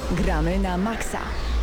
Gramy na maksa.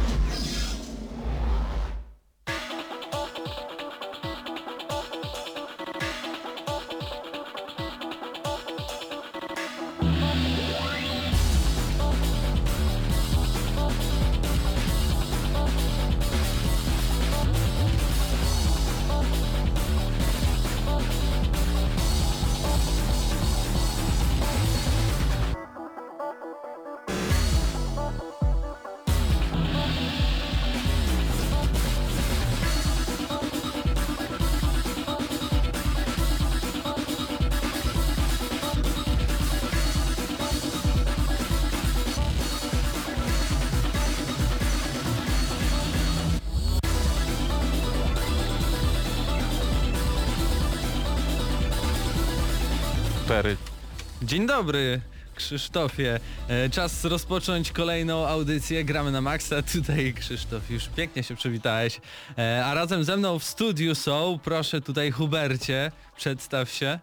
Dzień dobry, Krzysztofie. Czas rozpocząć kolejną audycję Gramy na Maxa. Tutaj Krzysztof, już pięknie się przywitałeś. A razem ze mną w studiu są, proszę tutaj Hubercie, przedstaw się.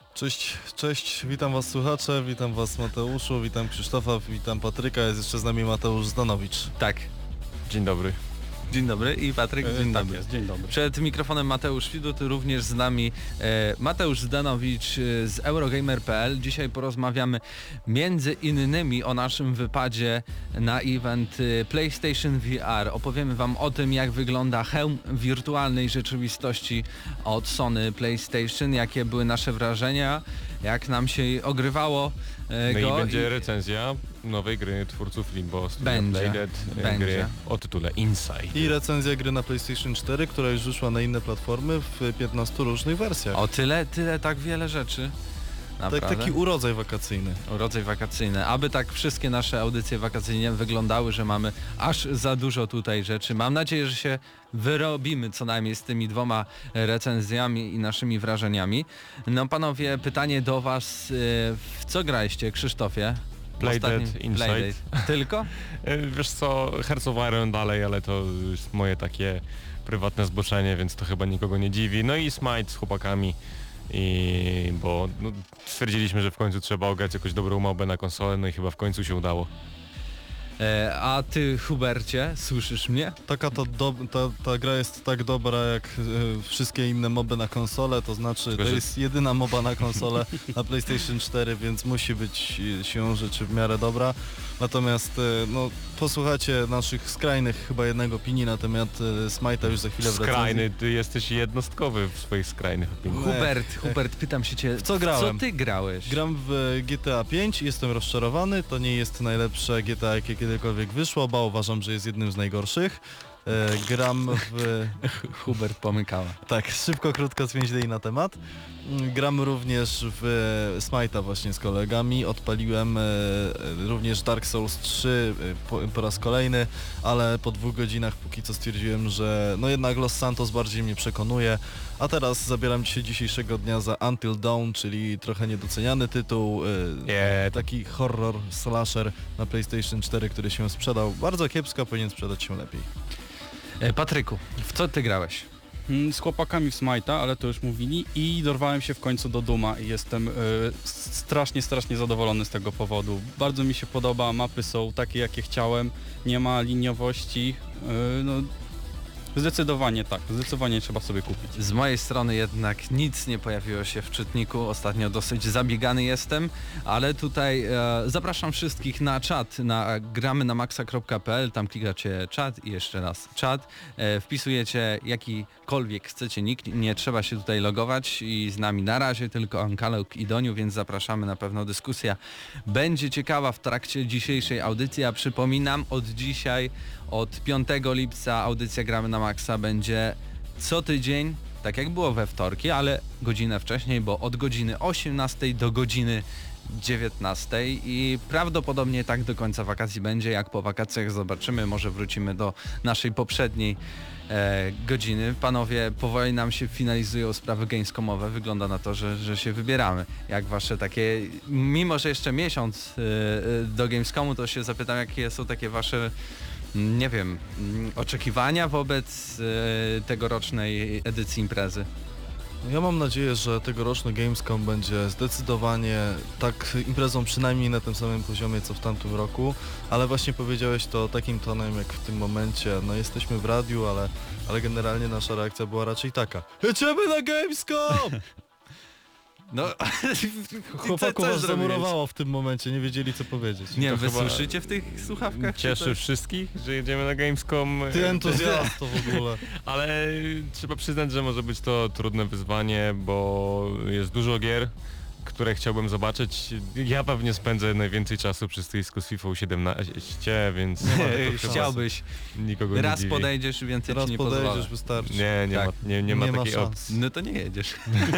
Cześć, witam was słuchacze, witam was Mateuszu, witam Krzysztofa, witam Patryka, jest jeszcze z nami Mateusz Zdanowicz. Tak. Dzień dobry. Dzień dobry i Patryk, dzień tak dobry. Jest, dzień dobry. Przed mikrofonem Mateusz Widut, również z nami Mateusz Zdanowicz z Eurogamer.pl. Dzisiaj porozmawiamy między innymi o naszym wypadzie na event PlayStation VR. Opowiemy wam o tym, jak wygląda hełm wirtualnej rzeczywistości od Sony PlayStation, jakie były nasze wrażenia, jak nam się ogrywało No go. i będzie recenzja nowej gry twórców Limbo Studio Będzie. Playdead, gry o tytule Inside. I recenzja gry na PlayStation 4, która już wyszła na inne platformy w 15 różnych wersjach. O tyle tak wiele rzeczy. Naprawdę. Taki urodzaj wakacyjny. Rodzaj wakacyjny. Aby tak wszystkie nasze audycje wakacyjne wyglądały, że mamy aż za dużo tutaj rzeczy. Mam nadzieję, że się wyrobimy co najmniej z tymi dwoma recenzjami i naszymi wrażeniami. No panowie, pytanie do was. W co graliście, Krzysztofie? Playdead, Inside. Tylko? Wiesz co, Hearts of Iron dalej, ale to jest moje takie prywatne zboczenie, więc to chyba nikogo nie dziwi. No i Smite z chłopakami. Bo stwierdziliśmy, że w końcu trzeba ograć jakąś dobrą mobę na konsolę, no i chyba w końcu się udało. A ty, Hubercie, słyszysz mnie? Ta gra jest tak dobra jak wszystkie inne moby na konsolę, to znaczy to jest jedyna moba na konsolę na PlayStation 4, więc musi być siłą rzeczy w miarę dobra. Natomiast no, posłuchajcie naszych skrajnych chyba jednak opinii na temat Smite'a już za chwilę w recenzji. Skrajny, ty jesteś jednostkowy w swoich skrajnych opiniach. Hubert, pytam się cię, w co grałem? Co ty grałeś? Gram w GTA 5, jestem rozczarowany, to nie jest najlepsze GTA, jakie kiedykolwiek wyszło, bo uważam, że jest jednym z najgorszych. Gram w... Hubert pomykała. Tak, szybko, krótko, 5 dni na temat. Gram również w Smite'a właśnie z kolegami, odpaliłem również Dark Souls 3 po raz kolejny, ale po 2 godzinach póki co stwierdziłem, że no jednak Los Santos bardziej mnie przekonuje, a teraz zabieram się dzisiejszego dnia za Until Dawn, czyli trochę niedoceniany tytuł, taki horror slasher na PlayStation 4, który się sprzedał bardzo kiepsko, powinien sprzedać się lepiej. Patryku, w co ty grałeś? Z chłopakami w Smite'a, ale to już mówili, i dorwałem się w końcu do Duma i jestem strasznie zadowolony z tego powodu. Bardzo mi się podoba, mapy są takie jakie chciałem, nie ma liniowości, no zdecydowanie tak, zdecydowanie trzeba sobie kupić. Z mojej strony jednak nic nie pojawiło się w czytniku, ostatnio dosyć zabiegany jestem, ale tutaj zapraszam wszystkich na czat, na gramy na maxa.pl, tam klikacie czat i jeszcze raz czat, wpisujecie jakikolwiek chcecie nick, nie trzeba się tutaj logować i z nami na razie tylko Ankaluk i Doniu, więc zapraszamy, na pewno dyskusja będzie ciekawa w trakcie dzisiejszej audycji, a przypominam, od dzisiaj, od 5 lipca audycja Gramy na Maxa będzie co tydzień, tak jak było we wtorki, ale godzinę wcześniej, bo od godziny 18 do godziny 19 i prawdopodobnie tak do końca wakacji będzie. Jak po wakacjach zobaczymy, może wrócimy do naszej poprzedniej godziny. Panowie, powoli nam się finalizują sprawy gamescomowe. Wygląda na to, że się wybieramy. Jak wasze takie, mimo że jeszcze miesiąc do Gamescomu, to się zapytam, jakie są takie wasze, nie wiem, oczekiwania wobec tegorocznej edycji imprezy. Ja mam nadzieję, że tegoroczny Gamescom będzie zdecydowanie tak imprezą przynajmniej na tym samym poziomie co w tamtym roku, ale właśnie powiedziałeś to takim tonem jak w tym momencie. No jesteśmy w radiu, ale generalnie nasza reakcja była raczej taka: jedziemy na Gamescom! No, Chłopaków co was zrobiłeś? zamurowało w tym momencie, nie wiedzieli co powiedzieć. Nie, To wy chyba słyszycie w tych słuchawkach? Cieszy wszystkich, że jedziemy na Gamescom. Ty entuzjasto w ogóle. Ale trzeba przyznać, że może być to trudne wyzwanie, bo jest dużo gier, które chciałbym zobaczyć. Ja pewnie spędzę najwięcej czasu przy stoisku z FIFA 17, więc Nie, to chyba Chciałbyś. nikogo nie Raz dziwi. podejdziesz i więcej Teraz ci nie pozwolę. podejdziesz, wystarczy. Nie Tak. ma Nie ma takiej szans. opcji. No to nie jedziesz.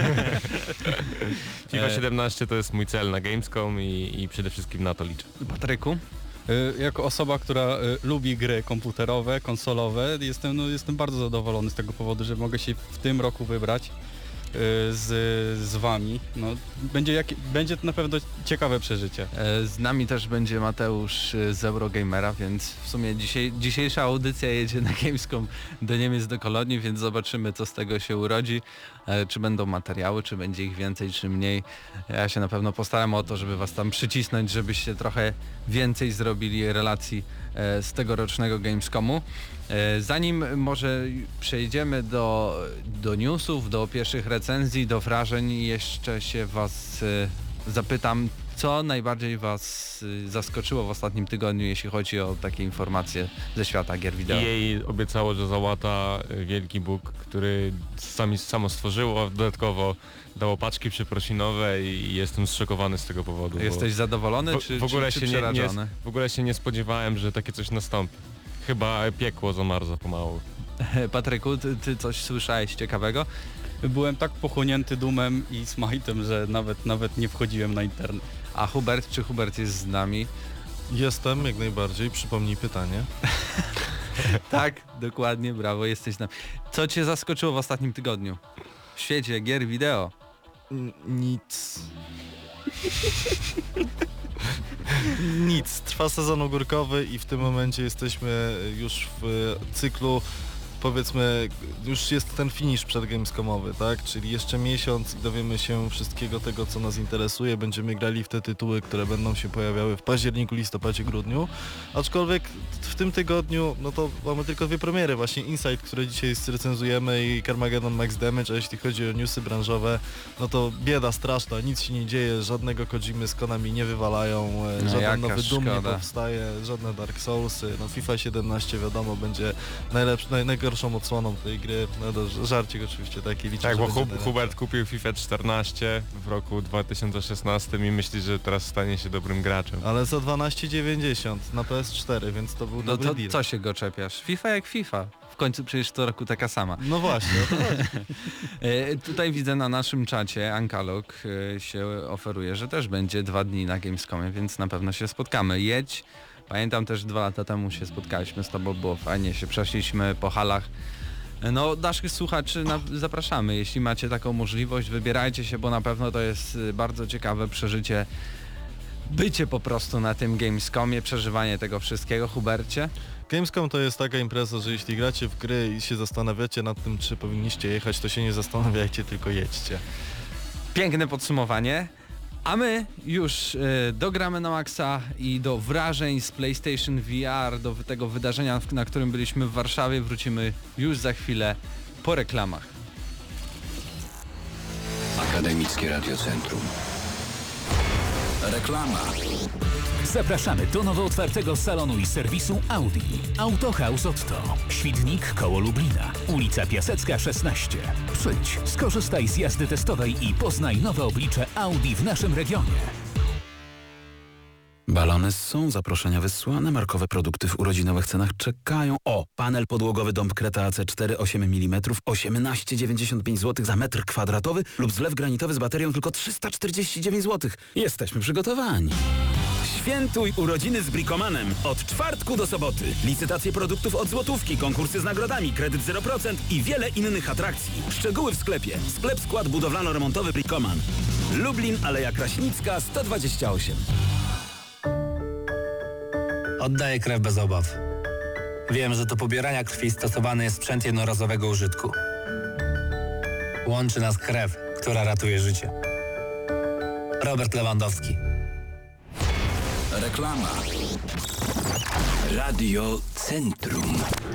FIFA 17 to jest mój cel na Gamescom i przede wszystkim na to liczę. Patryku? Jako osoba, która lubi gry komputerowe, konsolowe, jestem bardzo zadowolony z tego powodu, że mogę się w tym roku wybrać z wami. No, będzie to na pewno ciekawe przeżycie. Z nami też będzie Mateusz z Eurogamera, więc w sumie dzisiejsza audycja jedzie na Gamescom do Niemiec, do Kolonii, więc zobaczymy, co z tego się urodzi. Czy będą materiały, czy będzie ich więcej, czy mniej. Ja się na pewno postaram o to, żeby was tam przycisnąć, żebyście trochę więcej zrobili relacji z tegorocznego Gamescomu. Zanim może przejdziemy do newsów, do pierwszych recenzji, do wrażeń, jeszcze się was zapytam, co najbardziej was zaskoczyło w ostatnim tygodniu, jeśli chodzi o takie informacje ze świata gier wideo. EA obiecało, że załata wielki bóg, który samo stworzyło, a dodatkowo dało paczki przeprosinowe i jestem zszokowany z tego powodu. Jesteś zadowolony, czy przerażony? W ogóle się nie spodziewałem, że takie coś nastąpi. Chyba piekło zamarza pomału. Patryku, ty coś słyszałeś ciekawego? Byłem tak pochłonięty Doomem i Smite'em, że nawet nie wchodziłem na internet. A Hubert, czy Hubert jest z nami? Jestem, jak najbardziej. Przypomnij pytanie. Tak, dokładnie, brawo, jesteś z nami. Co cię zaskoczyło w ostatnim tygodniu? W świecie gier wideo. Nic. Nic. Trwa sezon ogórkowy i w tym momencie jesteśmy już w cyklu, powiedzmy, już jest ten finish przedgamescomowy, tak? Czyli jeszcze miesiąc i dowiemy się wszystkiego tego, co nas interesuje. Będziemy grali w te tytuły, które będą się pojawiały w październiku, listopadzie, grudniu. Aczkolwiek w tym tygodniu, no to mamy tylko dwie premiery. Właśnie Inside, które dzisiaj recenzujemy, i Carmageddon Max Damage, a jeśli chodzi o newsy branżowe, no to bieda straszna, nic się nie dzieje, żadnego Kojimy z Konami nie wywalają, żaden nowy Doom nie powstaje, żadne Dark Soulsy. No FIFA 17 wiadomo będzie najgorszą odsłoną tej gry. No to żarcik oczywiście taki, liczę, Tak, że bo będzie najlepszy. Hubert kupił FIFA 14 w roku 2016 i myśli, że teraz stanie się dobrym graczem. Ale za 12,90 na PS4, więc to był No dobry to deal. co się go czepiasz? FIFA jak FIFA. W końcu przecież to roku taka sama. No właśnie, o to chodzi. Tutaj widzę na naszym czacie, Ankalog się oferuje, że też będzie 2 dni na Gamescomie, więc na pewno się spotkamy. Jedź. Pamiętam też 2 lata temu się spotkaliśmy z tobą, było fajnie, się przeszliśmy po halach. No, naszych słuchaczy zapraszamy, jeśli macie taką możliwość, wybierajcie się, bo na pewno to jest bardzo ciekawe przeżycie. Bycie po prostu na tym Gamescomie, przeżywanie tego wszystkiego. Hubercie? Gamescom to jest taka impreza, że jeśli gracie w gry i się zastanawiacie nad tym, czy powinniście jechać, to się nie zastanawiajcie, tylko jedźcie. Piękne podsumowanie. A my już dogramy na maksa i do wrażeń z PlayStation VR, do tego wydarzenia, na którym byliśmy w Warszawie, wrócimy już za chwilę po reklamach. Akademickie Radiocentrum. Reklama. Zapraszamy do nowo otwartego salonu i serwisu Audi. Autohaus Otto. Świdnik koło Lublina. Ulica Piasecka 16. Przyjdź, skorzystaj z jazdy testowej i poznaj nowe oblicze Audi w naszym regionie. Balony są, zaproszenia wysłane, markowe produkty w urodzinowych cenach czekają. O, panel podłogowy Dąb Kreta AC4 8 mm, 18,95 zł za metr kwadratowy lub zlew granitowy z baterią tylko 349 zł. Jesteśmy przygotowani. Świętuj urodziny z Bricomanem. Od czwartku do soboty. Licytacje produktów od złotówki, konkursy z nagrodami, kredyt 0% i wiele innych atrakcji. Szczegóły w sklepie. Sklep skład budowlano-remontowy Bricoman. Lublin, Aleja Kraśnicka, 128. Oddaję krew bez obaw. Wiem, że do pobierania krwi stosowany jest sprzęt jednorazowego użytku. Łączy nas krew, która ratuje życie. Robert Lewandowski. Reklama. Radio Centrum.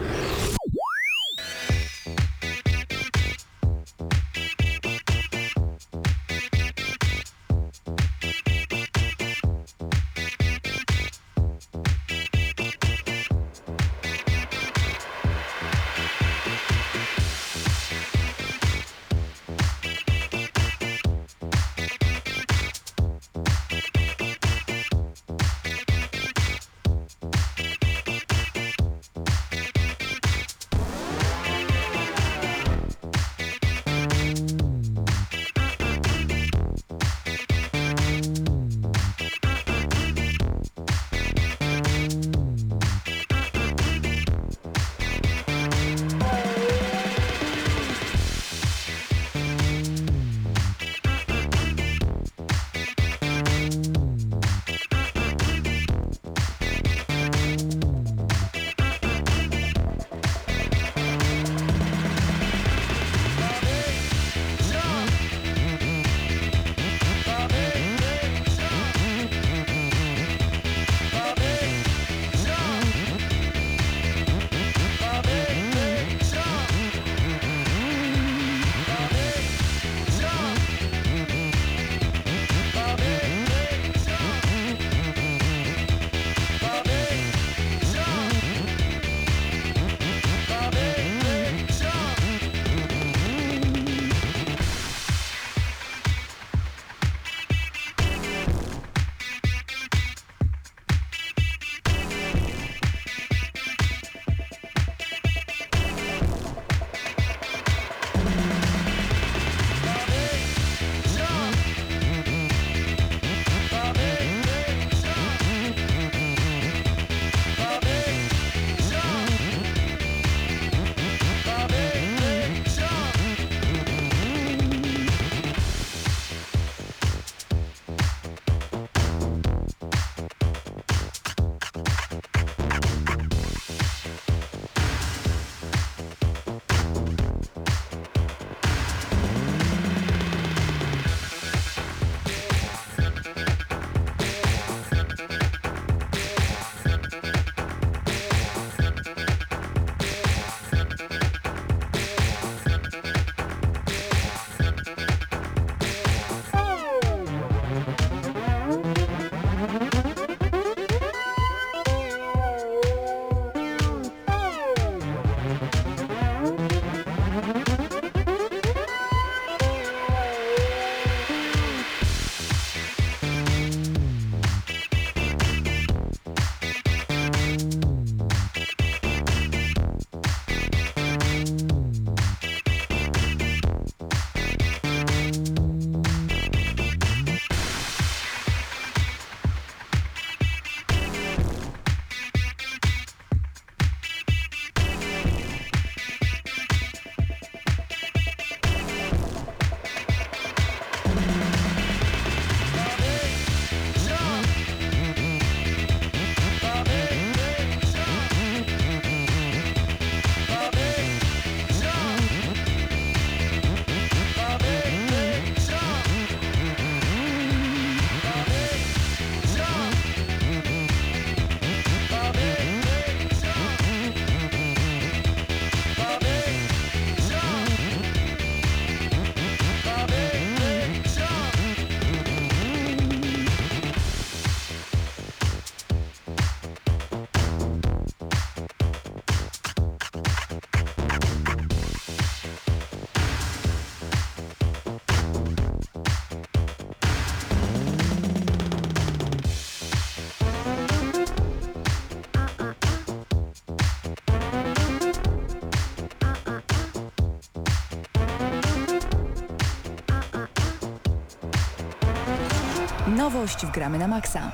Nowość w Gramy na Maxa.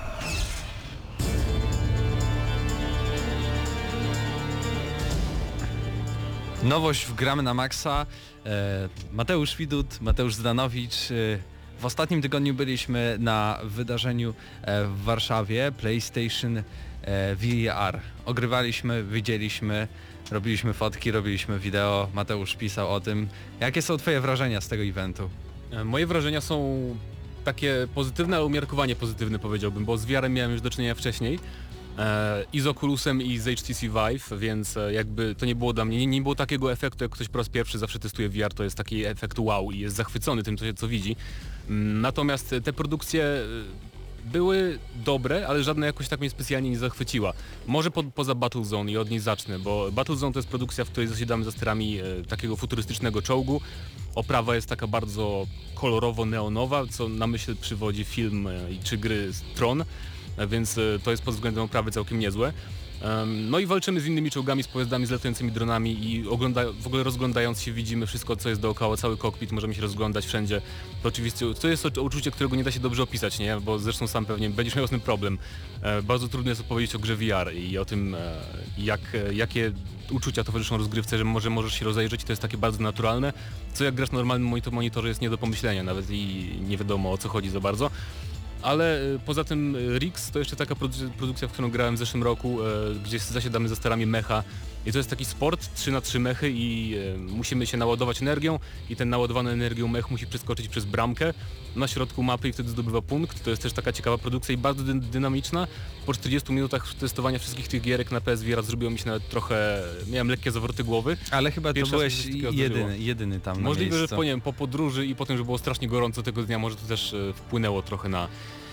Nowość w Gramy na Maxa. Mateusz Widut, Mateusz Zdanowicz. W ostatnim tygodniu byliśmy na wydarzeniu w Warszawie PlayStation VR. Ogrywaliśmy, widzieliśmy, robiliśmy fotki, robiliśmy wideo. Mateusz pisał o tym. Jakie są twoje wrażenia z tego eventu? Moje wrażenia są takie pozytywne, ale umiarkowanie pozytywne powiedziałbym, bo z VR-em miałem już do czynienia wcześniej. I z Oculusem i z HTC Vive, więc jakby to nie było dla mnie, nie było takiego efektu, jak ktoś po raz pierwszy zawsze testuje VR, to jest taki efekt wow i jest zachwycony tym, co widzi. Natomiast te produkcje były dobre, ale żadna jakoś tak mnie specjalnie nie zachwyciła. Może poza Battlezone i od niej zacznę, bo Battlezone to jest produkcja, w której zasiadamy za sterami takiego futurystycznego czołgu. Oprawa jest taka bardzo kolorowo-neonowa, co na myśl przywodzi film czy gry Tron. Więc to jest pod względem oprawy całkiem niezłe. No i walczymy z innymi czołgami, z pojazdami, z latającymi dronami i w ogóle rozglądając się widzimy wszystko, co jest dookoła, cały kokpit, możemy się rozglądać wszędzie. To oczywiście to jest uczucie, którego nie da się dobrze opisać, nie? Bo zresztą sam pewnie będziesz miał z tym problem. Bardzo trudno jest opowiedzieć o grze VR i o tym, jakie uczucia towarzyszą rozgrywce, że możesz się rozejrzeć, to jest takie bardzo naturalne, co jak grasz na normalnym monitorze jest nie do pomyślenia nawet i nie wiadomo o co chodzi za bardzo. Ale poza tym Rix to jeszcze taka produkcja, w którą grałem w zeszłym roku, gdzie zasiadamy za sterami mecha i to jest taki sport, 3x3 mechy i musimy się naładować energią i ten naładowany energią mech musi przeskoczyć przez bramkę na środku mapy i wtedy zdobywa punkt. To jest też taka ciekawa produkcja i bardzo dynamiczna. Po 40 minutach testowania wszystkich tych gierek na PSVR zrobiło mi się nawet trochę, miałem lekkie zawroty głowy. Ale chyba Pierwszy to raz byłeś mi się takiego jedyny tam Możliwe, na że miejscu. po podróży i po tym, że było strasznie gorąco tego dnia, może to też wpłynęło trochę na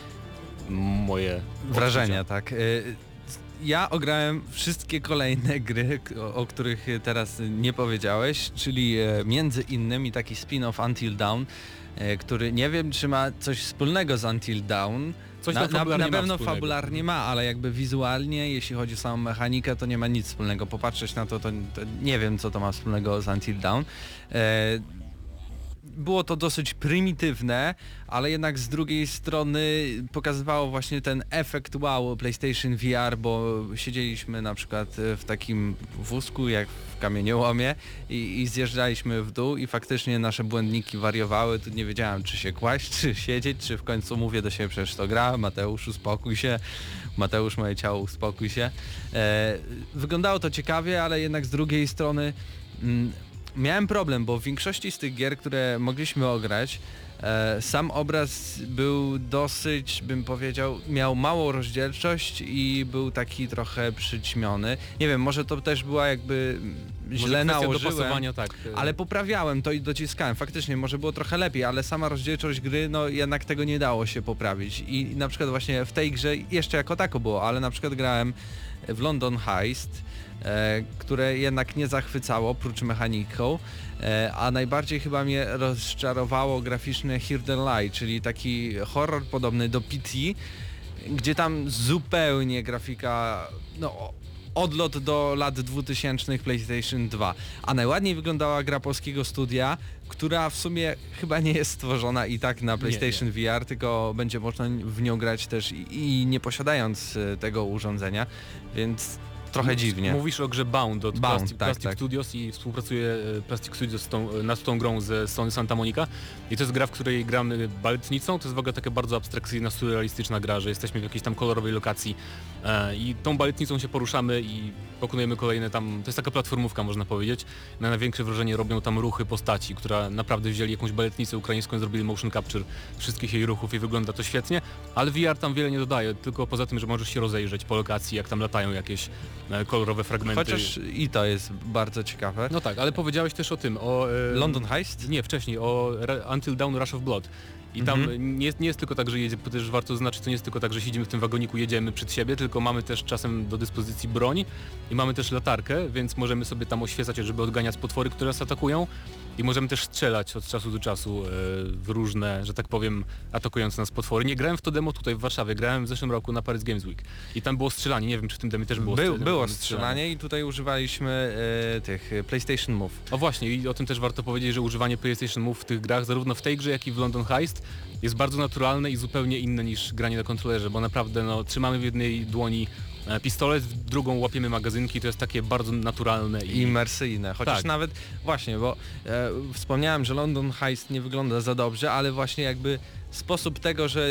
moje Wrażenia, odczucia. tak. Ja ograłem wszystkie kolejne gry, o których teraz nie powiedziałeś, czyli między innymi taki spin-off Until Dawn, który nie wiem, czy ma coś wspólnego z Until Dawn. Coś tam na fabularnie ma pewno wspólnego. fabularnie ma, ale jakby wizualnie, jeśli chodzi o samą mechanikę, to nie ma nic wspólnego. Popatrzeć na to nie wiem, co to ma wspólnego z Until Dawn. Było to dosyć prymitywne, ale jednak z drugiej strony pokazywało właśnie ten efekt wow PlayStation VR, bo siedzieliśmy na przykład w takim wózku jak w kamieniołomie i zjeżdżaliśmy w dół i faktycznie nasze błędniki wariowały, tu nie wiedziałem czy się kłaść, czy siedzieć, czy w końcu mówię do siebie, przecież to gra, Mateusz uspokój się, Mateusz moje ciało uspokój się. Wyglądało to ciekawie, ale jednak z drugiej strony miałem problem, bo w większości z tych gier, które mogliśmy ograć, sam obraz był dosyć, bym powiedział, miał małą rozdzielczość i był taki trochę przyćmiony. Nie wiem, może to też była jakby źle nałożyłem, dopasowania, tak. ale poprawiałem to i dociskałem. Faktycznie może było trochę lepiej, ale sama rozdzielczość gry, no jednak tego nie dało się poprawić. I na przykład właśnie w tej grze jeszcze jako tako było, ale na przykład grałem w London Heist, które jednak nie zachwycało prócz mechaniką, a najbardziej chyba mnie rozczarowało graficzne Here the Lie, czyli taki horror podobny do PT, gdzie tam zupełnie grafika, no odlot do lat 2000 PlayStation 2, a najładniej wyglądała gra polskiego studia, która w sumie chyba nie jest stworzona i tak na PlayStation VR, tylko będzie można w nią grać też i nie posiadając tego urządzenia, więc trochę dziwnie. Mówisz o grze Bound od Plastic tak. Studios i współpracuje Plastic Studios nad tą grą ze strony Santa Monica i to jest gra, w której gramy baletnicą, to jest w ogóle taka bardzo abstrakcyjna, surrealistyczna gra, że jesteśmy w jakiejś tam kolorowej lokacji i tą baletnicą się poruszamy i pokonujemy kolejne tam, to jest taka platformówka można powiedzieć, na największe wrażenie robią tam ruchy postaci, która naprawdę wzięli jakąś baletnicę ukraińską i zrobili motion capture wszystkich jej ruchów i wygląda to świetnie, ale VR tam wiele nie dodaje, tylko poza tym, że możesz się rozejrzeć po lokacji, jak tam latają jakieś kolorowe fragmenty. Chociaż i to jest bardzo ciekawe. No tak, ale powiedziałeś też o tym, o... London Heist? Nie, wcześniej, o Until Dawn Rush of Blood. I tam nie jest tylko tak, że jedzie, bo też warto zaznaczyć, to nie jest tylko tak, że siedzimy w tym wagoniku, jedziemy przed siebie, tylko mamy też czasem do dyspozycji broń i mamy też latarkę, więc możemy sobie tam oświecać, żeby odganiać potwory, które nas atakują i możemy też strzelać od czasu do czasu w różne, że tak powiem, atakujące nas potwory. Nie grałem w to demo tutaj w Warszawie, grałem w zeszłym roku na Paris Games Week i tam było strzelanie, nie wiem czy w tym demie też było Było strzelanie i tutaj używaliśmy tych PlayStation Move. O właśnie i o tym też warto powiedzieć, że używanie PlayStation Move w tych grach, zarówno w tej grze, jak i w London Heist, jest bardzo naturalne i zupełnie inne niż granie na kontrolerze, bo naprawdę no, trzymamy w jednej dłoni pistolet, w drugą łapiemy magazynki, to jest takie bardzo naturalne I imersyjne, chociaż Tak. nawet właśnie, bo wspomniałem, że London Heist nie wygląda za dobrze, ale właśnie jakby sposób tego, że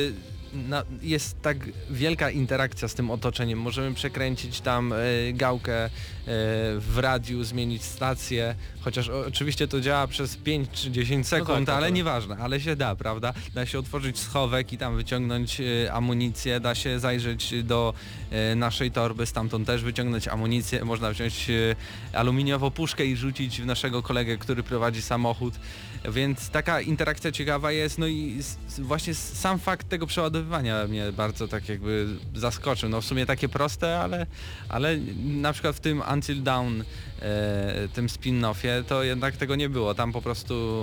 jest tak wielka interakcja z tym otoczeniem, możemy przekręcić tam gałkę w radiu, zmienić stację, chociaż oczywiście to działa przez 5 czy 10 sekund, tak, ale tak. nieważne, ale się da, prawda? Da się otworzyć schowek i tam wyciągnąć amunicję, da się zajrzeć do naszej torby, stamtąd też wyciągnąć amunicję, można wziąć aluminiową puszkę i rzucić w naszego kolegę, który prowadzi samochód, więc taka interakcja ciekawa jest, no i właśnie sam fakt tego przeładowywania mnie bardzo tak jakby zaskoczył, no w sumie takie proste, ale na przykład w tym Until Dawn, tym spin-offie, to jednak tego nie było, tam po prostu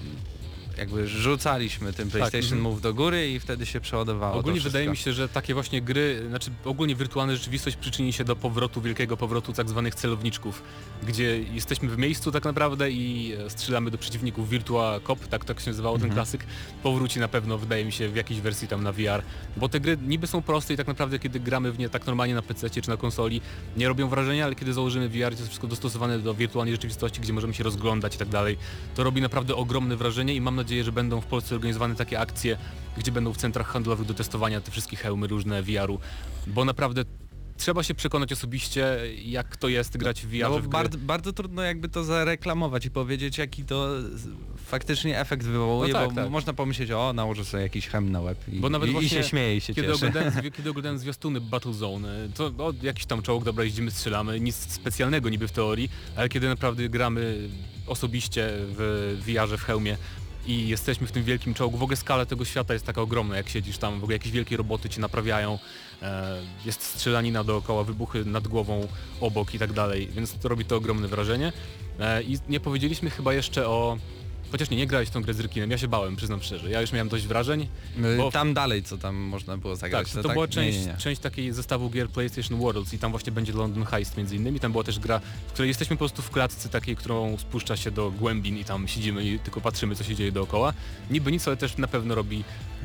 jakby rzucaliśmy tym PlayStation Move do góry i wtedy się przeładowało. Ogólnie to wydaje mi wszystko. się, że takie właśnie gry, znaczy ogólnie wirtualna rzeczywistość przyczyni się do wielkiego powrotu tak zwanych celowniczków, gdzie jesteśmy w miejscu tak naprawdę i strzelamy do przeciwników. Virtua Cop, tak się nazywało ten klasyk, powróci na pewno, wydaje mi się, w jakiejś wersji tam na VR, bo te gry niby są proste i tak naprawdę kiedy gramy w nie tak normalnie na PC czy na konsoli, nie robią wrażenia, ale kiedy założymy VR, to jest wszystko dostosowane do wirtualnej rzeczywistości, gdzie możemy się rozglądać i tak dalej, to robi naprawdę ogromne wrażenie i mam nadzieję, że będą w Polsce organizowane takie akcje, gdzie będą w centrach handlowych do testowania te wszystkie hełmy różne VR-u, bo naprawdę trzeba się przekonać osobiście, jak to jest grać w VR. No bo w gry. bardzo trudno jakby to zareklamować i powiedzieć, jaki to faktycznie efekt wywołuje, No tak, bo tak. można pomyśleć, o, nałożę sobie jakiś hem na łeb Bo nawet i właśnie się śmieje i się Kiedy cieszy. oglądałem zwiastuny Battlezone, to jakiś tam czołg, dobra, jeździmy, strzelamy, nic specjalnego niby w teorii, ale kiedy naprawdę gramy osobiście w VR-ze, w hełmie i jesteśmy w tym wielkim czołgu, w ogóle skala tego świata jest taka ogromna, jak siedzisz tam, w ogóle jakieś wielkie roboty cię naprawiają, jest strzelanina dookoła, wybuchy nad głową, obok i tak dalej, więc to robi to ogromne wrażenie. I nie powiedzieliśmy chyba jeszcze o... Chociaż nie grałeś w tą grę z rekinem, ja się bałem, przyznam szczerze. Ja już miałem dość wrażeń. Bo Tam dalej, co tam można było zagrać. tak, to była Nie. część takiej zestawu gier PlayStation Worlds i tam właśnie będzie London Heist między innymi. Tam była też gra, w której jesteśmy po prostu w klatce takiej, którą spuszcza się do głębin i tam siedzimy i tylko patrzymy, co się dzieje dookoła. Niby nic, ale też na pewno robi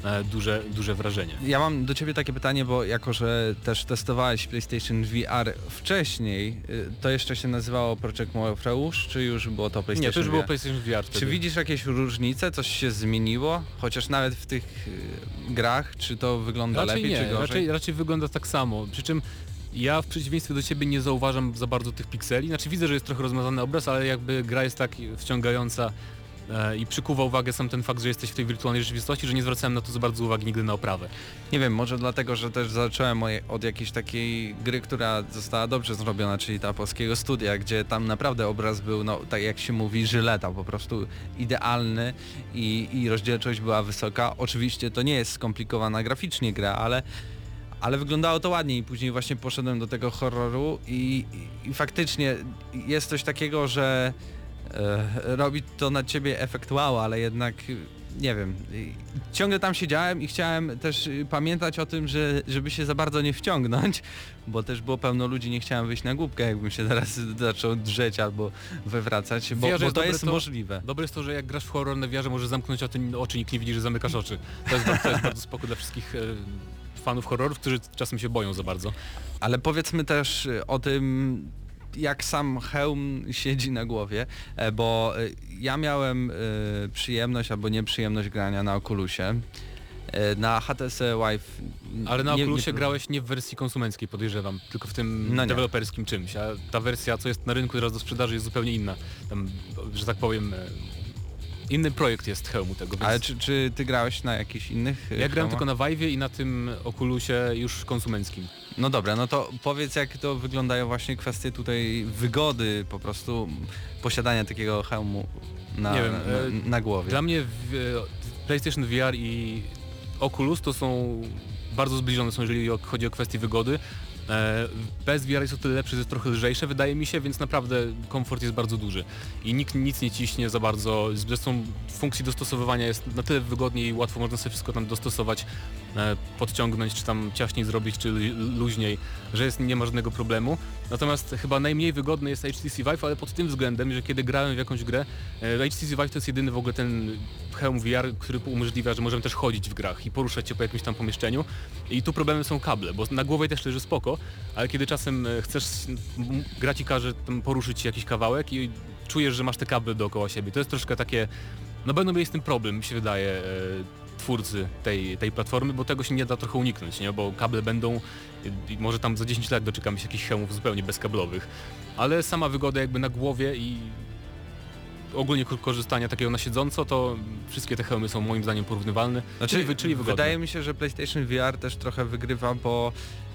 duże wrażenie. Ja mam do Ciebie takie pytanie, bo jako, że też testowałeś PlayStation VR wcześniej, to jeszcze się nazywało Project Morpheus, czy już było to PlayStation Nie, to już VR? było PlayStation VR wtedy. Czy widzisz jakieś różnice? Coś się zmieniło? Chociaż nawet w tych grach, czy to wygląda Raczej lepiej, nie, czy gorzej? raczej wygląda tak samo. Przy czym ja w przeciwieństwie do Ciebie nie zauważam za bardzo tych pikseli. Znaczy widzę, że jest trochę rozmazany obraz, ale jakby gra jest tak wciągająca i przykuwa uwagę sam ten fakt, że jesteś w tej wirtualnej rzeczywistości, że nie zwracałem na to za bardzo uwagi nigdy na oprawę. Nie wiem, może dlatego, że też zacząłem od jakiejś takiej gry, która została dobrze zrobiona, czyli ta polskiego studia, gdzie tam naprawdę obraz był, no tak jak się mówi, żyleta, po prostu idealny i rozdzielczość była wysoka. Oczywiście to nie jest skomplikowana graficznie gra, ale wyglądało to ładnie i później właśnie poszedłem do tego horroru i faktycznie jest coś takiego, że robi to na ciebie efekt wow, ale jednak nie wiem, ciągle tam siedziałem i chciałem też pamiętać o tym, żeby się za bardzo nie wciągnąć, bo też było pełno ludzi, nie chciałem wyjść na głupkę, jakbym się teraz zaczął drzeć albo wywracać, bo to jest możliwe. Dobre jest to, że jak grasz w horror na VR, możesz zamknąć o tym oczy, nikt nie widzi, że zamykasz oczy. To jest bardzo spoko dla wszystkich fanów horrorów, którzy czasem się boją za bardzo. Ale powiedzmy też o tym, jak sam hełm siedzi na głowie, bo ja miałem przyjemność albo nieprzyjemność grania na Oculusie. Na HTC Vive... Ale na Oculusie grałeś nie w wersji konsumenckiej, podejrzewam, tylko w tym deweloperskim czymś, a ta wersja, co jest na rynku teraz do sprzedaży, jest zupełnie inna. Tam, że tak powiem, inny projekt jest hełmu tego. Więc... Ale czy ty grałeś na jakichś innych Ja grałem tylko na Vive'ie i na tym Oculusie już konsumenckim. No dobra, no to powiedz, jak to wyglądają właśnie kwestie tutaj wygody, po prostu posiadania takiego hełmu na głowie. Dla mnie PlayStation VR i Oculus to są bardzo zbliżone są, jeżeli chodzi o kwestie wygody. Bez VR jest o tyle lepsze, że jest trochę lżejsze, wydaje mi się, więc naprawdę komfort jest bardzo duży. I nikt nic nie ciśnie za bardzo, zresztą funkcji dostosowywania jest na tyle wygodniej i łatwo można sobie wszystko tam dostosować. podciągnąć, czy tam ciaśniej zrobić, czy luźniej, że nie ma żadnego problemu. Natomiast chyba najmniej wygodny jest HTC Vive, ale pod tym względem, że kiedy grałem w jakąś grę, HTC Vive to jest jedyny w ogóle ten hełm VR, który umożliwia, że możemy też chodzić w grach i poruszać się po jakimś tam pomieszczeniu. I tu problemem są kable, bo na głowie też leży spoko, ale kiedy czasem chcesz, gra ci każe poruszyć się jakiś kawałek i czujesz, że masz te kable dookoła siebie. To jest troszkę takie, no będą mieli z tym problem, mi się wydaje, twórcy tej platformy, bo tego się nie da trochę uniknąć, nie? Bo kable będą i może tam za 10 lat doczekamy się jakichś hełmów zupełnie bezkablowych, ale sama wygoda jakby na głowie i ogólnie korzystania takiego na siedząco, to wszystkie te hełmy są moim zdaniem porównywalne, czyli wygodne. Wydaje mi się, że PlayStation VR też trochę wygrywa, bo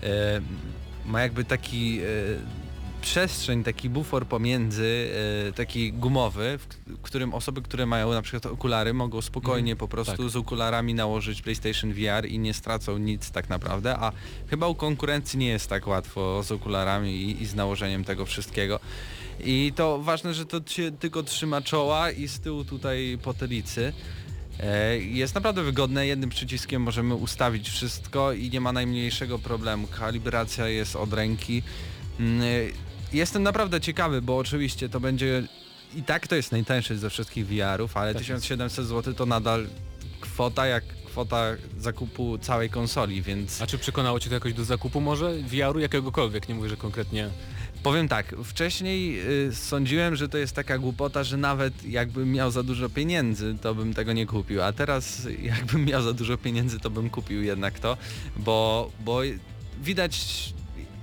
ma jakby taki przestrzeń, taki bufor pomiędzy, taki gumowy, w którym osoby, które mają na przykład okulary, mogą spokojnie po prostu z okularami nałożyć PlayStation VR i nie stracą nic tak naprawdę, a chyba u konkurencji nie jest tak łatwo z okularami i z nałożeniem tego wszystkiego. I to ważne, że to się tylko trzyma czoła i z tyłu tutaj potylicy. Jest naprawdę wygodne, jednym przyciskiem możemy ustawić wszystko i nie ma najmniejszego problemu. Kalibracja jest od ręki. Jestem naprawdę ciekawy, bo oczywiście to będzie, i tak to jest najtańszy ze wszystkich VR-ów, ale 1700 zł to nadal kwota jak kwota zakupu całej konsoli, więc... A czy przekonało Cię to jakoś do zakupu może VR-u jakiegokolwiek? Nie mówię, że konkretnie... Powiem tak, wcześniej sądziłem, że to jest taka głupota, że nawet jakbym miał za dużo pieniędzy, to bym tego nie kupił, a teraz jakbym miał za dużo pieniędzy, to bym kupił jednak to, bo widać,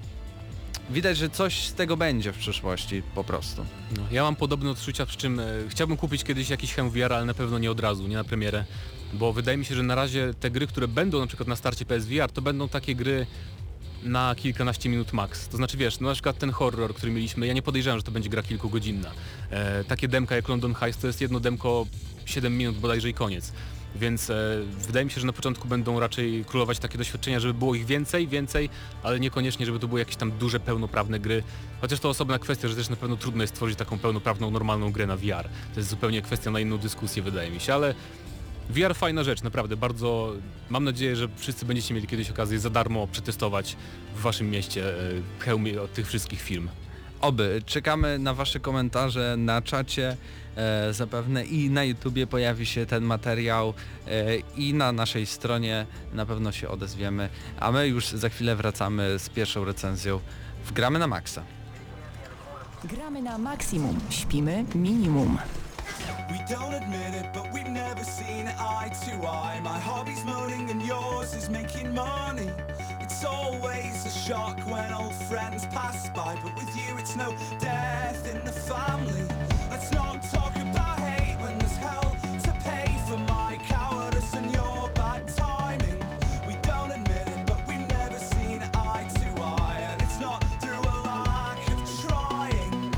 że coś z tego będzie w przyszłości po prostu. No, ja mam podobne odczucia, przy czym chciałbym kupić kiedyś jakiś hełm VR, ale na pewno nie od razu, nie na premierę, bo wydaje mi się, że na razie te gry, które będą na przykład na starcie PSVR, to będą takie gry na kilkanaście minut max. To znaczy wiesz, no na przykład ten horror, który mieliśmy, ja nie podejrzewam, że to będzie gra kilkugodzinna. Takie demka jak London Heist to jest jedno demko 7 minut bodajże i koniec. Więc wydaje mi się, że na początku będą raczej królować takie doświadczenia, żeby było ich więcej, ale niekoniecznie, żeby to były jakieś tam duże, pełnoprawne gry. Chociaż to osobna kwestia, że też na pewno trudno jest stworzyć taką pełnoprawną, normalną grę na VR. To jest zupełnie kwestia na inną dyskusję, wydaje mi się, ale VR fajna rzecz, naprawdę, bardzo mam nadzieję, że wszyscy będziecie mieli kiedyś okazję za darmo przetestować w waszym mieście hełmy od tych wszystkich firm. Oby. Czekamy na wasze komentarze na czacie, zapewne i na YouTubie pojawi się ten materiał i na naszej stronie na pewno się odezwiemy, a my już za chwilę wracamy z pierwszą recenzją w Gramy na Maxa. Gramy na maksimum, śpimy minimum. We don't admit it, but we've never seen eye to eye. My hobby's moaning and yours is making money. It's always a shock when old friends pass by, but with you it's no death in the family. Let's not talk about hate when there's hell to pay for my cowardice and your bad timing. We don't admit it, but we've never seen eye to eye, and it's not through a lack of trying.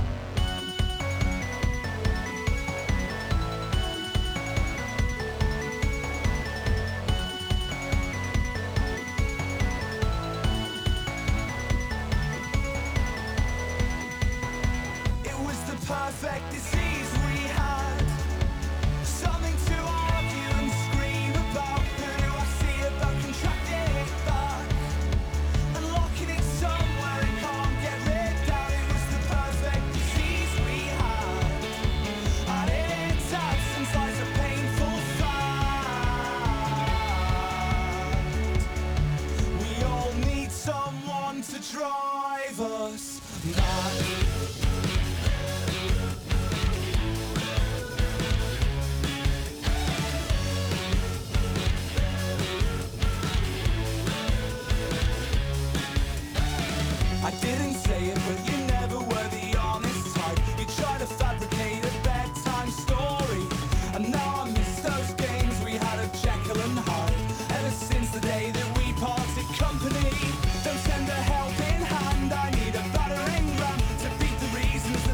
Perfect disease we had, something to argue and scream about. Who do I see about contracting it back and locking it somewhere it can't get ripped out? It was the perfect disease we had, and it's absence lies a painful fact. We all need someone to drive us mad. I didn't say it, but you never were the honest type. You try to fabricate a bedtime story, and now I miss those games we had of Jekyll and Hyde. Ever since the day that we parted company, don't send a helping hand. I need a battering ram to beat the reasons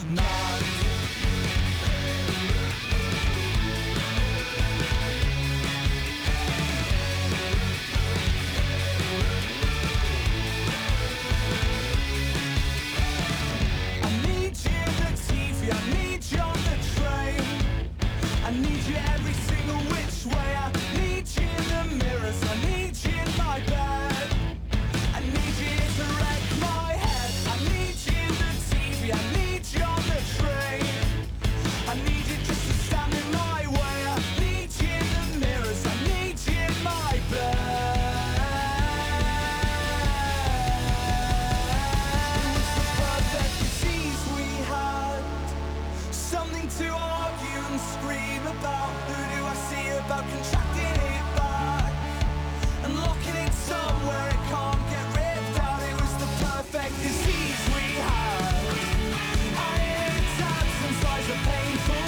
mad. I need you in the TV, I need you on the train, I need you every single which way, I need you in the mirrors, I need you in my bed, I need you to wreck my head, I need you in the TV, I need you on the train, I need you just to stand in my way, I need you in the mirrors, I need you in my bed. Perfect disease we had, something to argue and scream about. Who do I see about contracting it back and locking it somewhere it can't get ripped out? It was the perfect disease we had. I ate tabs and slice of painful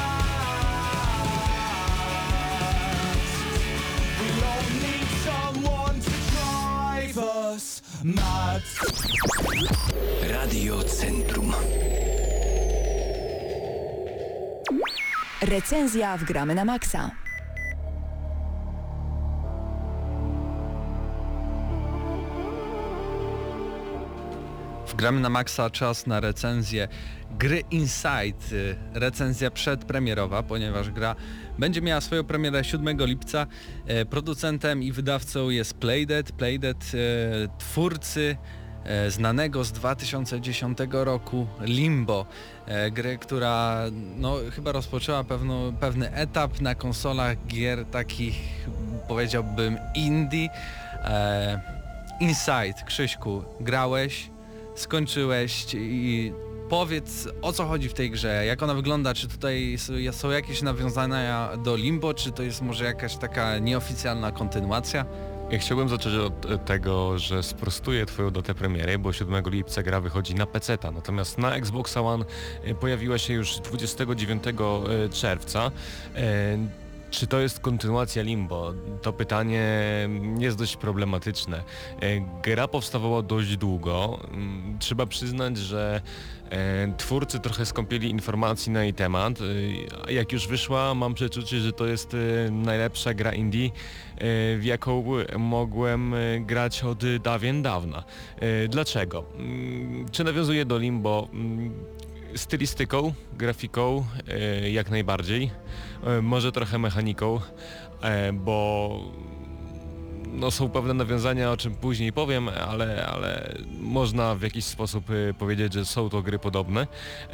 fast. We all need someone to drive us mad. Radio Centrum. Recenzja w Gramy na Maxa. Gramy na Maxa, czas na recenzję gry Inside. Recenzja przedpremierowa, ponieważ gra będzie miała swoją premierę 7 lipca. Producentem i wydawcą jest Playdead. Playdead, twórcy znanego z 2010 roku Limbo. Gry, która no, chyba rozpoczęła pewny etap na konsolach gier takich, powiedziałbym, indie. Inside, Krzyśku, grałeś, skończyłeś i powiedz, o co chodzi w tej grze, jak ona wygląda, czy tutaj są jakieś nawiązania do Limbo, czy to jest może jakaś taka nieoficjalna kontynuacja? Ja chciałbym zacząć od tego, że sprostuję Twoją datę premiery, bo 7 lipca gra wychodzi na PC-ta, natomiast na Xbox One pojawiła się już 29 czerwca. Czy to jest kontynuacja Limbo? To pytanie jest dość problematyczne. Gra powstawała dość długo. Trzeba przyznać, że twórcy trochę skąpili informacji na jej temat. Jak już wyszła, mam przeczucie, że to jest najlepsza gra indie, w jaką mogłem grać od dawien dawna. Dlaczego? Czy nawiązuje do Limbo? Stylistyką, grafiką jak najbardziej, może trochę mechaniką, bo no, są pewne nawiązania, o czym później powiem, ale można w jakiś sposób powiedzieć, że są to gry podobne.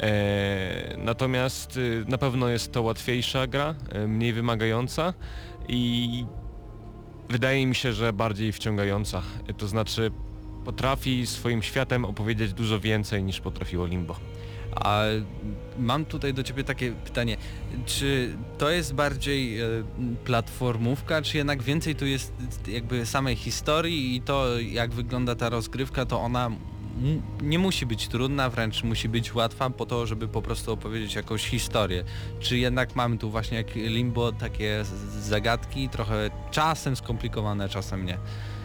Natomiast na pewno jest to łatwiejsza gra, mniej wymagająca i wydaje mi się, że bardziej wciągająca. To znaczy potrafi swoim światem opowiedzieć dużo więcej niż potrafiło Limbo. A mam tutaj do Ciebie takie pytanie, czy to jest bardziej platformówka, czy jednak więcej tu jest jakby samej historii i to, jak wygląda ta rozgrywka, to ona nie musi być trudna, wręcz musi być łatwa po to, żeby po prostu opowiedzieć jakąś historię. Czy jednak mamy tu właśnie jak Limbo takie zagadki, trochę czasem skomplikowane, czasem nie?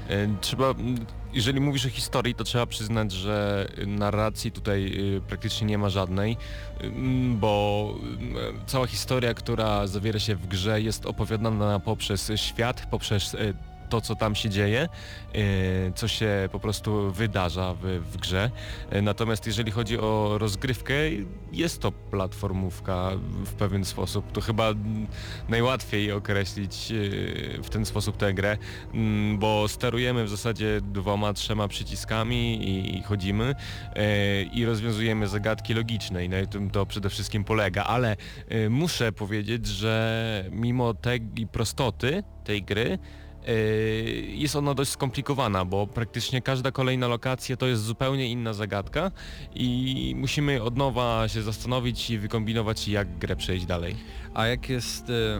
Jeżeli mówisz o historii, to trzeba przyznać, że narracji tutaj praktycznie nie ma żadnej, bo cała historia, która zawiera się w grze, jest opowiadana poprzez świat, poprzez to, co tam się dzieje, co się po prostu wydarza w grze. Natomiast jeżeli chodzi o rozgrywkę, jest to platformówka w pewien sposób. To chyba najłatwiej określić w ten sposób tę grę, bo sterujemy w zasadzie 2-3 przyciskami i chodzimy i rozwiązujemy zagadki logiczne i na tym to przede wszystkim polega, ale muszę powiedzieć, że mimo tej prostoty tej gry, jest ona dość skomplikowana, bo praktycznie każda kolejna lokacja to jest zupełnie inna zagadka i musimy od nowa się zastanowić i wykombinować, jak grę przejść dalej. A jak jest...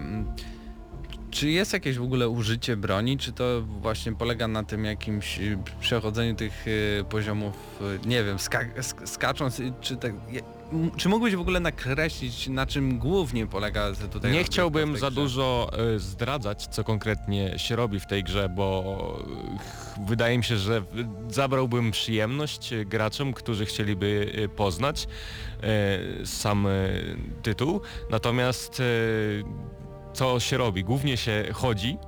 Czy jest jakieś w ogóle użycie broni, czy to właśnie polega na tym jakimś przechodzeniu tych poziomów, nie wiem, skacząc, czy tak... czy mógłbyś w ogóle nakreślić, na czym głównie polega tutaj Nie rozgrywka chciałbym w tej za grze? dużo zdradzać, co konkretnie się robi w tej grze, bo wydaje mi się, że zabrałbym przyjemność graczom, którzy chcieliby poznać sam tytuł. Natomiast co się robi? Głównie się chodzi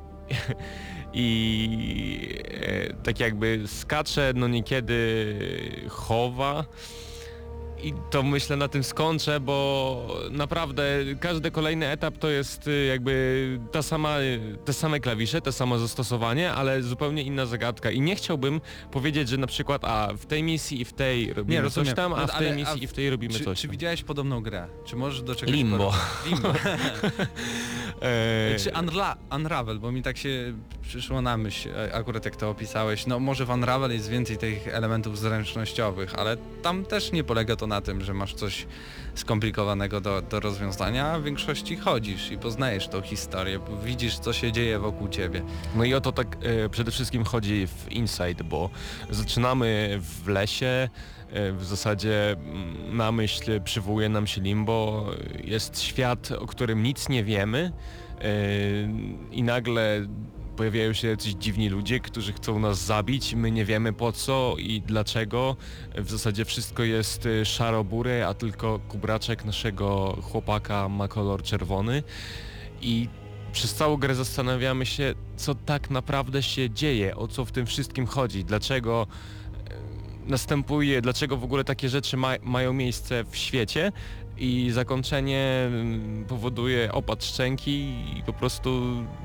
i tak jakby skacze, no niekiedy chowa. I to myślę na tym skończę, bo naprawdę każdy kolejny etap to jest jakby te same klawisze, te samo zastosowanie, ale zupełnie inna zagadka. I nie chciałbym powiedzieć, że na przykład w tej misji i w tej robimy coś tam, a w tej misji i w tej robimy coś Czy tam. widziałeś podobną grę? Czy możesz do czegoś Limbo. Limbo. Czy Unravel, bo mi tak się przyszło na myśl, akurat jak to opisałeś, no może w Unravel jest więcej tych elementów zręcznościowych, ale tam też nie polega to na tym, że masz coś skomplikowanego do rozwiązania, a w większości chodzisz i poznajesz tą historię, widzisz co się dzieje wokół ciebie. No i o to tak przede wszystkim chodzi w Inside, bo zaczynamy w lesie, w zasadzie na myśl przywołuje nam się Limbo, jest świat, o którym nic nie wiemy i nagle pojawiają się jacyś dziwni ludzie, którzy chcą nas zabić, my nie wiemy po co i dlaczego. W zasadzie wszystko jest szaro-bury, a tylko kubraczek naszego chłopaka ma kolor czerwony i przez całą grę zastanawiamy się, co tak naprawdę się dzieje, o co w tym wszystkim chodzi, dlaczego dlaczego w ogóle takie rzeczy mają miejsce w świecie i zakończenie powoduje opad szczęki i po prostu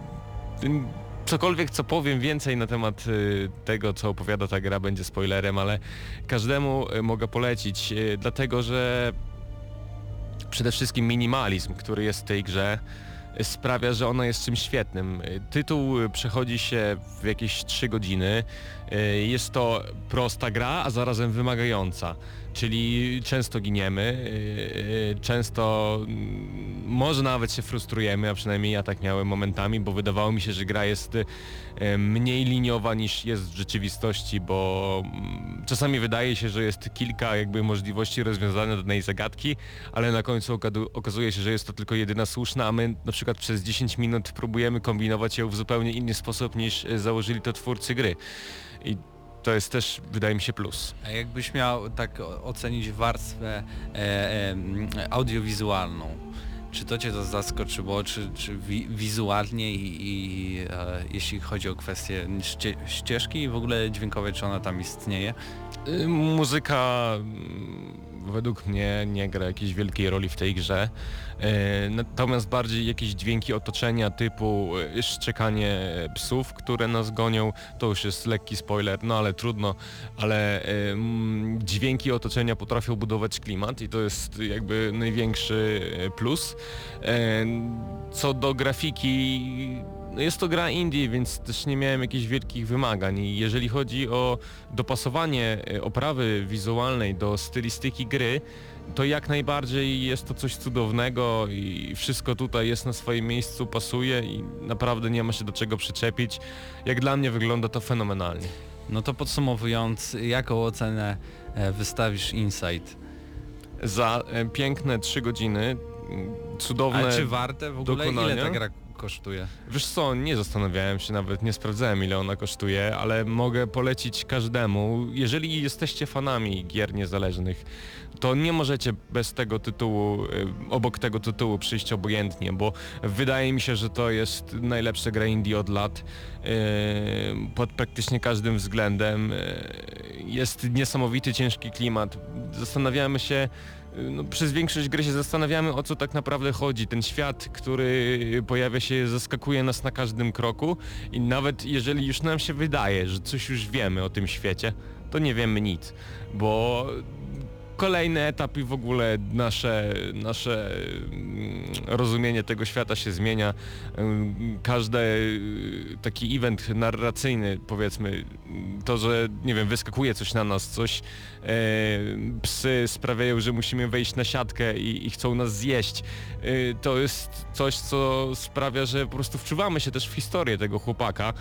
cokolwiek co powiem więcej na temat tego, co opowiada ta gra, będzie spoilerem, ale każdemu mogę polecić, dlatego że przede wszystkim minimalizm, który jest w tej grze, sprawia, że ona jest czymś świetnym. Tytuł przechodzi się w jakieś 3 godziny. Jest to prosta gra, a zarazem wymagająca. Czyli często giniemy, często może nawet się frustrujemy, a przynajmniej ja tak miałem momentami, bo wydawało mi się, że gra jest mniej liniowa niż jest w rzeczywistości, bo czasami wydaje się, że jest kilka jakby możliwości rozwiązania danej zagadki, ale na końcu okazuje się, że jest to tylko jedyna słuszna, a my na przykład przez 10 minut próbujemy kombinować ją w zupełnie inny sposób niż założyli to twórcy gry. I to jest też, wydaje mi się, plus. A jakbyś miał tak ocenić warstwę audiowizualną, czy to cię to zaskoczyło, czy wizualnie i jeśli chodzi o kwestię ścieżki w ogóle dźwiękowej, czy ona tam istnieje? Muzyka według mnie nie gra jakiejś wielkiej roli w tej grze, natomiast bardziej jakieś dźwięki otoczenia typu szczekanie psów, które nas gonią, to już jest lekki spoiler, no ale trudno, ale dźwięki otoczenia potrafią budować klimat i to jest jakby największy plus. Co do grafiki, no jest to gra indie, więc też nie miałem jakichś wielkich wymagań i jeżeli chodzi o dopasowanie oprawy wizualnej do stylistyki gry, to jak najbardziej jest to coś cudownego i wszystko tutaj jest na swoim miejscu, pasuje i naprawdę nie ma się do czego przyczepić. Jak dla mnie wygląda to fenomenalnie. No to podsumowując, jaką ocenę wystawisz Inside? Za piękne 3 godziny, cudowne. A czy warte w ogóle? dokonania? Ile ta gra kosztuje? Wiesz co, nie zastanawiałem się nawet, nie sprawdzałem ile ona kosztuje, ale mogę polecić każdemu, jeżeli jesteście fanami gier niezależnych, to nie możecie bez tego tytułu, obok tego tytułu przyjść obojętnie, bo wydaje mi się, że to jest najlepsza gra indie od lat pod praktycznie każdym względem. Jest niesamowity, ciężki klimat. Zastanawiamy się, no, przez większość gry się zastanawiamy, o co tak naprawdę chodzi. Ten świat, który pojawia się, zaskakuje nas na każdym kroku i nawet jeżeli już nam się wydaje, że coś już wiemy o tym świecie, to nie wiemy nic, bo kolejny etap i w ogóle nasze rozumienie tego świata się zmienia. Każdy taki event narracyjny, powiedzmy, to, że nie wiem, wyskakuje coś na nas, coś, psy sprawiają, że musimy wejść na siatkę i chcą nas zjeść. To jest coś, co sprawia, że po prostu wczuwamy się też w historię tego chłopaka.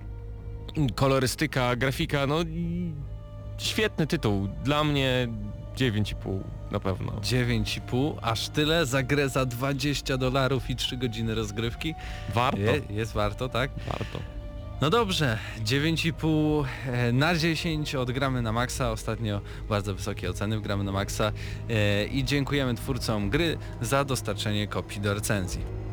Kolorystyka, grafika, no świetny tytuł. Dla mnie 9,5 na pewno. 9,5, aż tyle za grę za $20 i 3 godziny rozgrywki. Warto. Jest warto, tak? Warto. No dobrze, 9,5 na 10 od Gramy na Maxa, ostatnio bardzo wysokie oceny w Gramy na Maxa i dziękujemy twórcom gry za dostarczenie kopii do recenzji.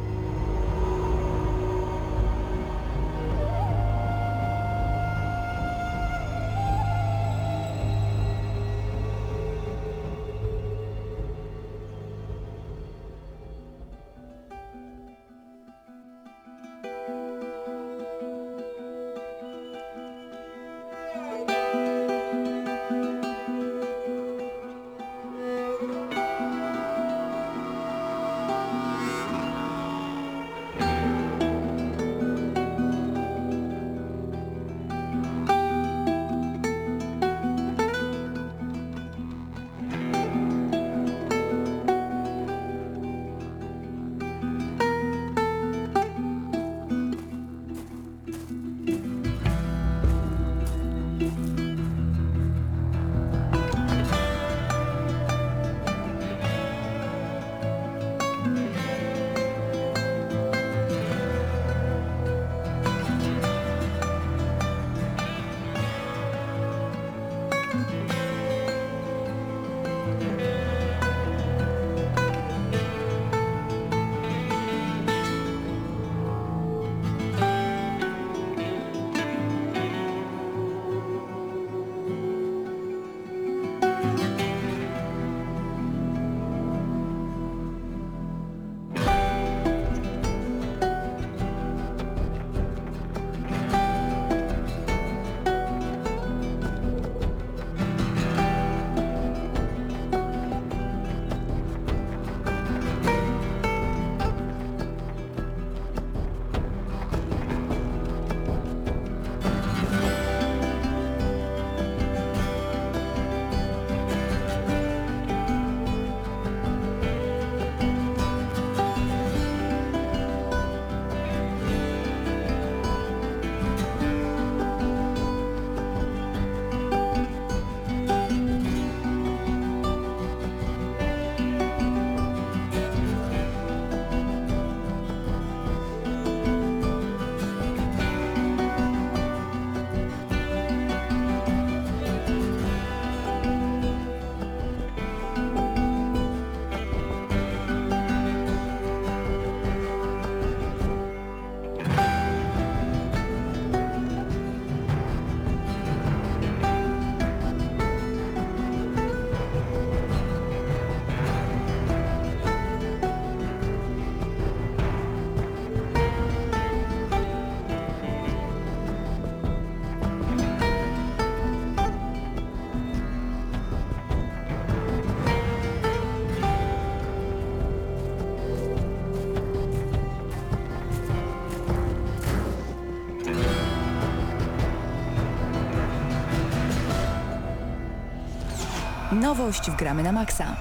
Nowość w Gramy na Maxa.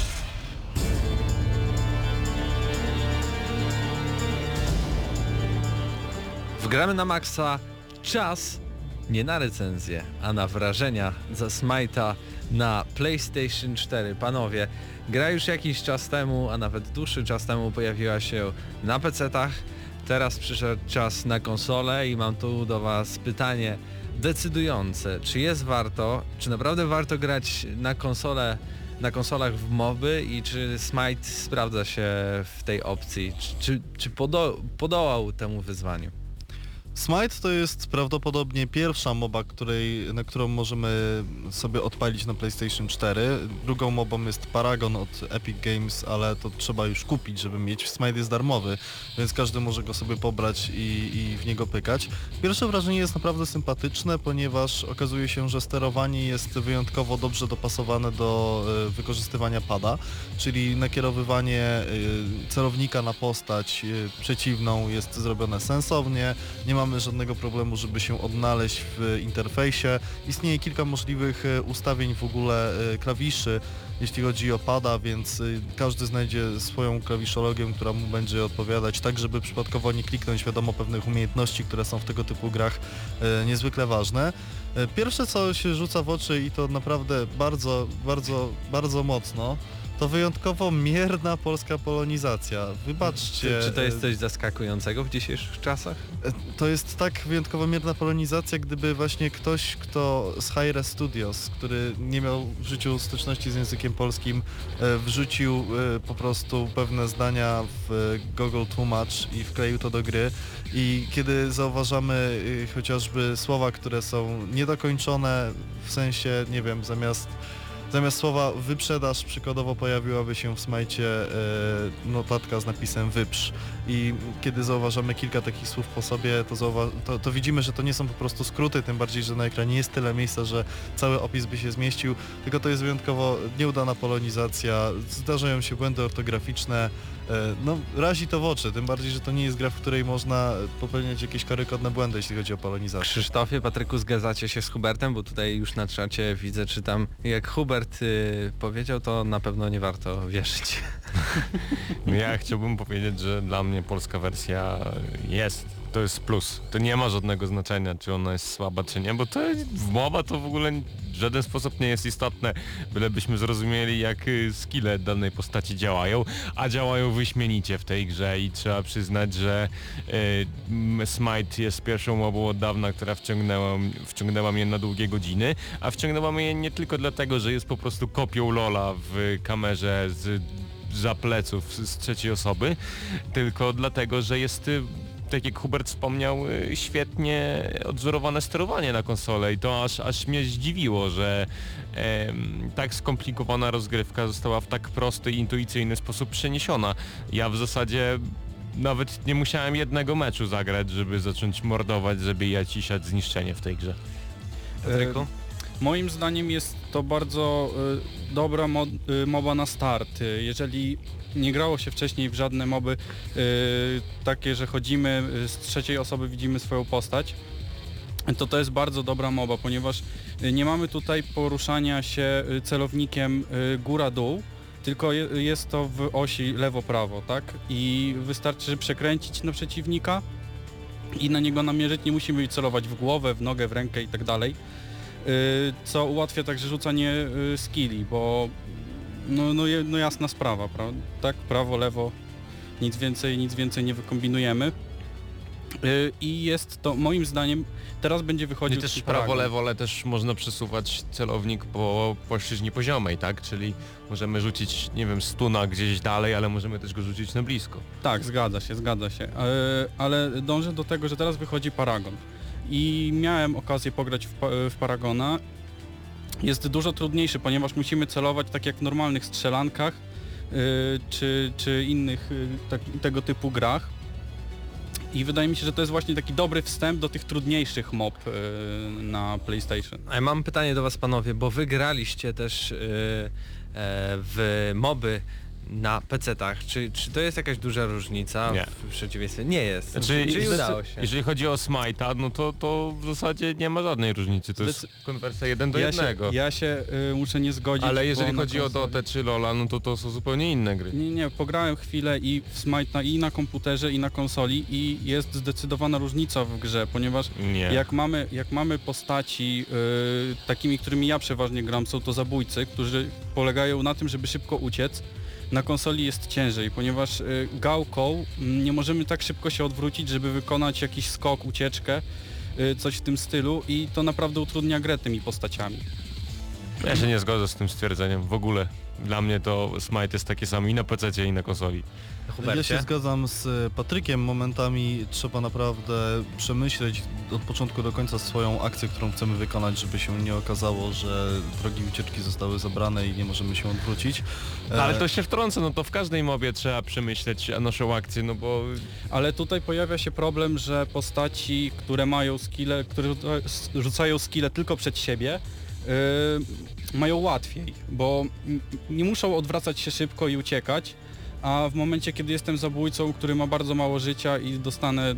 W Gramy na Maxa czas nie na recenzję, a na wrażenia za Smite'a na PlayStation 4. Panowie, gra już jakiś czas temu, a nawet dłuższy czas temu pojawiła się na PC-tach. Teraz przyszedł czas na konsolę i mam tu do Was pytanie decydujące. Czy jest warto, czy naprawdę warto grać na konsolach w moby i czy Smite sprawdza się w tej opcji? Czy podołał temu wyzwaniu? Smite to jest prawdopodobnie pierwsza moba, na którą możemy sobie odpalić na PlayStation 4. Drugą mobą jest Paragon od Epic Games, ale to trzeba już kupić, żeby mieć. Smite jest darmowy, więc każdy może go sobie pobrać i w niego pykać. Pierwsze wrażenie jest naprawdę sympatyczne, ponieważ okazuje się, że sterowanie jest wyjątkowo dobrze dopasowane do wykorzystywania pada, czyli nakierowywanie celownika na postać przeciwną jest zrobione sensownie, nie ma mamy żadnego problemu, żeby się odnaleźć w interfejsie. Istnieje kilka możliwych ustawień w ogóle klawiszy, jeśli chodzi o pada, więc każdy znajdzie swoją klawiszologię, która mu będzie odpowiadać, tak żeby przypadkowo nie kliknąć, wiadomo, pewnych umiejętności, które są w tego typu grach niezwykle ważne. Pierwsze, co się rzuca w oczy i to naprawdę bardzo, bardzo, bardzo mocno, to wyjątkowo mierna polska polonizacja. Wybaczcie. Czy to jest coś zaskakującego w dzisiejszych czasach? To jest tak wyjątkowo mierna polonizacja, gdyby właśnie ktoś, kto z Hi-Re Studios, który nie miał w życiu styczności z językiem polskim, wrzucił po prostu pewne zdania w Google Tłumacz i wkleił to do gry. I kiedy zauważamy chociażby słowa, które są niedokończone, w sensie, nie wiem, zamiast słowa wyprzedaż przykładowo pojawiłaby się w smajcie notatka z napisem wyprz. I kiedy zauważamy kilka takich słów po sobie, to widzimy, że to nie są po prostu skróty, tym bardziej, że na ekranie jest tyle miejsca, że cały opis by się zmieścił, tylko to jest wyjątkowo nieudana polonizacja, zdarzają się błędy ortograficzne, no razi to w oczy, tym bardziej, że to nie jest gra, w której można popełniać jakieś karygodne błędy, jeśli chodzi o polonizację. Krzysztofie, Patryku, zgadzacie się z Hubertem, bo tutaj już na czacie widzę, czytam, jak Hubert powiedział, to na pewno nie warto wierzyć. Ja chciałbym powiedzieć, że dla mnie polska wersja to jest plus. To nie ma żadnego znaczenia, czy ona jest słaba, czy nie, bo to mowa to w ogóle w żaden sposób nie jest istotne, bylebyśmy zrozumieli, jak skille danej postaci działają, a działają wyśmienicie w tej grze i trzeba przyznać, że Smite jest pierwszą mobą od dawna, która wciągnęła mnie na długie godziny, a wciągnęła mnie nie tylko dlatego, że jest po prostu kopią LoL'a w kamerze za pleców z trzeciej osoby, tylko dlatego, że jest, tak jak Hubert wspomniał, świetnie odzorowane sterowanie na konsolę i to aż mnie zdziwiło, że tak skomplikowana rozgrywka została w tak prosty i intuicyjny sposób przeniesiona. Ja w zasadzie nawet nie musiałem jednego meczu zagrać, żeby zacząć mordować, zabijać i siać zniszczenie w tej grze. Patryku? Moim zdaniem jest to bardzo dobra moba na start. Jeżeli nie grało się wcześniej w żadne moby takie, że chodzimy z trzeciej osoby, widzimy swoją postać, to jest bardzo dobra moba, ponieważ nie mamy tutaj poruszania się celownikiem góra-dół, tylko jest to w osi lewo-prawo, tak? I wystarczy przekręcić na przeciwnika i na niego namierzyć, nie musimy celować w głowę, w nogę, w rękę i tak dalej. Co ułatwia także rzucanie skilli, bo no jasna sprawa, prawda? Tak, prawo, lewo, nic więcej nie wykombinujemy. I jest to, moim zdaniem, teraz będzie wychodził... I też prawo, lewo, ale też można przesuwać celownik po płaszczyźnie poziomej, tak? Czyli możemy rzucić, nie wiem, stuna gdzieś dalej, ale możemy też go rzucić na blisko. Tak, zgadza się. Ale dążę do tego, że teraz wychodzi Paragon. I miałem okazję pograć w Paragona. Jest dużo trudniejszy, ponieważ musimy celować tak jak w normalnych strzelankach czy innych tego typu grach. I wydaje mi się, że to jest właśnie taki dobry wstęp do tych trudniejszych mob na PlayStation. A mam pytanie do was, panowie, bo wy graliście też w moby na PC-tach. Czy to jest jakaś duża różnica Nie. w przeciwieństwie? Nie jest. Znaczy, Czyli udało się. Jeżeli chodzi o Smite'a, no to w zasadzie nie ma żadnej różnicy. To jest konwersja 1 do 1. Ja się muszę nie zgodzić. Ale jeżeli chodzi o konsoli... Dotę czy LoL'a, no to są zupełnie inne gry. Nie, pograłem chwilę i w Smite'a i na komputerze i na konsoli i jest zdecydowana różnica w grze, ponieważ Nie. jak mamy postaci takimi, którymi ja przeważnie gram, są to zabójcy, którzy polegają na tym, żeby szybko uciec. Na konsoli jest ciężej, ponieważ gałką nie możemy tak szybko się odwrócić, żeby wykonać jakiś skok, ucieczkę, coś w tym stylu i to naprawdę utrudnia grę tymi postaciami. Ja się nie zgodzę z tym stwierdzeniem w ogóle. Dla mnie to Smite jest takie samo i na PC i na konsoli. Ja się zgadzam z Patrykiem, momentami trzeba naprawdę przemyśleć od początku do końca swoją akcję, którą chcemy wykonać, żeby się nie okazało, że drogi ucieczki zostały zabrane i nie możemy się odwrócić. Ale to się wtrąca, no to w każdej mobie trzeba przemyśleć naszą akcję, no bo... Ale tutaj pojawia się problem, że postaci, które mają skille, które rzucają skille tylko przed siebie, mają łatwiej, bo nie muszą odwracać się szybko i uciekać, a w momencie, kiedy jestem zabójcą, który ma bardzo mało życia i dostanę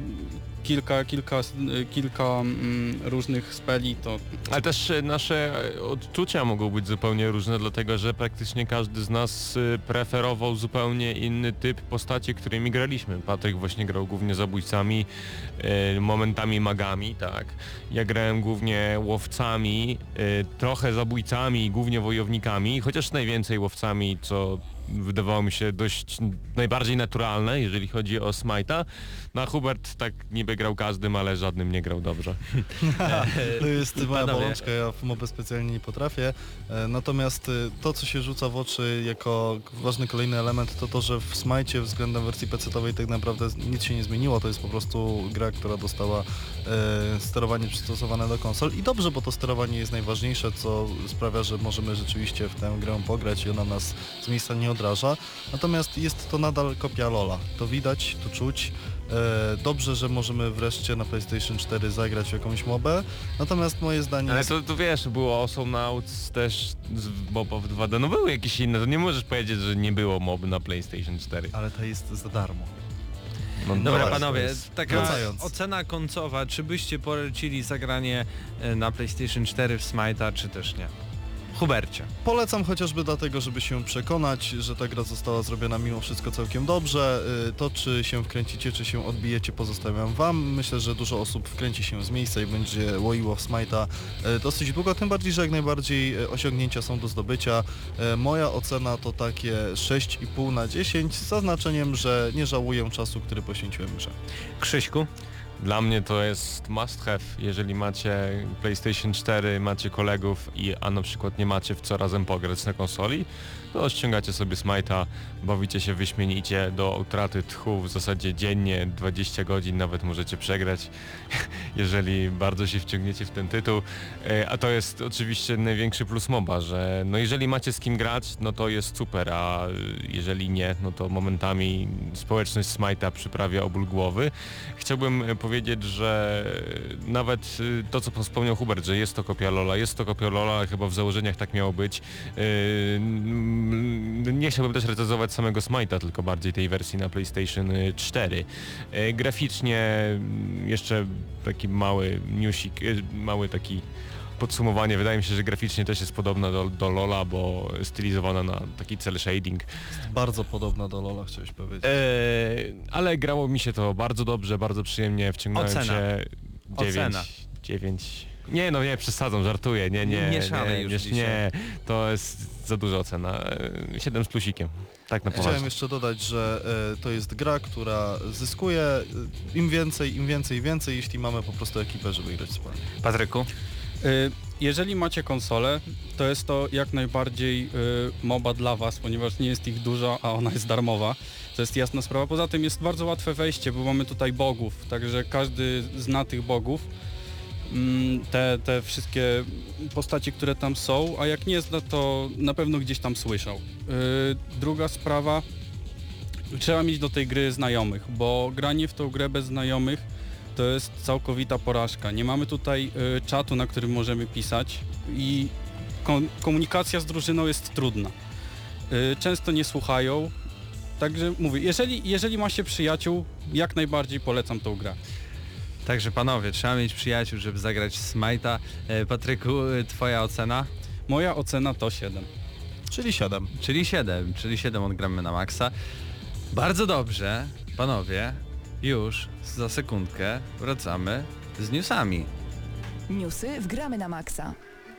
kilka różnych speli, to... Ale też nasze odczucia mogą być zupełnie różne, dlatego że praktycznie każdy z nas preferował zupełnie inny typ postaci, którymi graliśmy. Patryk właśnie grał głównie zabójcami, momentami magami, tak. Ja grałem głównie łowcami, trochę zabójcami, głównie wojownikami, chociaż najwięcej łowcami, co wydawało mi się dość najbardziej naturalne, jeżeli chodzi o Smite'a. No a Hubert tak niby grał każdym, ale żadnym nie grał dobrze. To jest moja Panowie. bolączka, ja w mobę specjalnie nie potrafię. Natomiast to, co się rzuca w oczy jako ważny kolejny element, to to, że w Smite'cie względem wersji PC-owej tak naprawdę nic się nie zmieniło. To jest po prostu gra, która dostała sterowanie przystosowane do konsol i dobrze, bo to sterowanie jest najważniejsze, co sprawia, że możemy rzeczywiście w tę grę pograć i ona nas z miejsca nie odraża. Natomiast jest to nadal kopia LoL'a. To widać, to czuć. Dobrze, że możemy wreszcie na PlayStation 4 zagrać w jakąś mobę, natomiast moje zdanie Ale jest... to wiesz, było Awesomnauts też z MOBA w 2D, no były jakieś inne, to nie możesz powiedzieć, że nie było mob na PlayStation 4. Ale to jest za darmo. No, Dobra dobra, panowie, taka Wracając. ocena końcowa, czy byście polecili zagranie na PlayStation 4 w Smite'a, czy też nie? Hubercie. Polecam chociażby dlatego, żeby się przekonać, że ta gra została zrobiona mimo wszystko całkiem dobrze. To, czy się wkręcicie, czy się odbijecie, pozostawiam wam. Myślę, że dużo osób wkręci się z miejsca i będzie łoiło w Smite'a dosyć długo, tym bardziej, że jak najbardziej osiągnięcia są do zdobycia. Moja ocena to takie 6,5 na 10 z zaznaczeniem, że nie żałuję czasu, który poświęciłem grze. Krzyśku? Dla mnie to jest must have, jeżeli macie PlayStation 4, macie kolegów a na przykład nie macie w co razem pograć na konsoli, to ściągacie sobie Smite'a, bawicie się wyśmienicie do utraty tchu w zasadzie dziennie, 20 godzin nawet możecie przegrać, jeżeli bardzo się wciągniecie w ten tytuł. A to jest oczywiście największy plus MOBA, że no jeżeli macie z kim grać, no to jest super, a jeżeli nie, no to momentami społeczność Smite'a przyprawia o ból głowy. Chciałbym powiedzieć, że nawet to, co wspomniał Hubert, że jest to kopia LoL'a, chyba w założeniach tak miało być. Nie chciałbym też recenzować samego Smite'a, tylko bardziej tej wersji na PlayStation 4. Graficznie jeszcze taki mały newsik, mały taki podsumowanie. Wydaje mi się, że graficznie też jest podobna do LoL'a, bo stylizowana na taki cel shading. Bardzo podobna do LoL'a, chciałeś powiedzieć. Ale grało mi się to bardzo dobrze, bardzo przyjemnie, wciągnąłem Ocena. się 9. Nie, no nie, przesadzam, żartuję, Nie szalej już dzisiaj. nie, to jest za duża ocena. 7 z plusikiem, tak na poważnie. Chciałem jeszcze dodać, że to jest gra, która zyskuje im więcej, jeśli mamy po prostu ekipę, żeby grać wspólnie. Patryku? Jeżeli macie konsolę, to jest to jak najbardziej MOBA dla was, ponieważ nie jest ich dużo, a ona jest darmowa. To jest jasna sprawa. Poza tym jest bardzo łatwe wejście, bo mamy tutaj bogów, także każdy zna tych bogów. Te wszystkie postacie, które tam są, a jak nie zna, to na pewno gdzieś tam słyszał. Druga sprawa, trzeba mieć do tej gry znajomych, bo granie w tą grę bez znajomych to jest całkowita porażka. Nie mamy tutaj czatu, na którym możemy pisać i komunikacja z drużyną jest trudna. Często nie słuchają, także mówię, jeżeli ma się przyjaciół, jak najbardziej polecam tą grę. Także panowie, trzeba mieć przyjaciół, żeby zagrać Smite'a. Patryku, twoja ocena? Moja ocena to 7. Czyli 7. Czyli 7 odgramy na maksa. Bardzo dobrze, panowie, już za sekundkę wracamy z newsami. Newsy w Gramy na Maxa.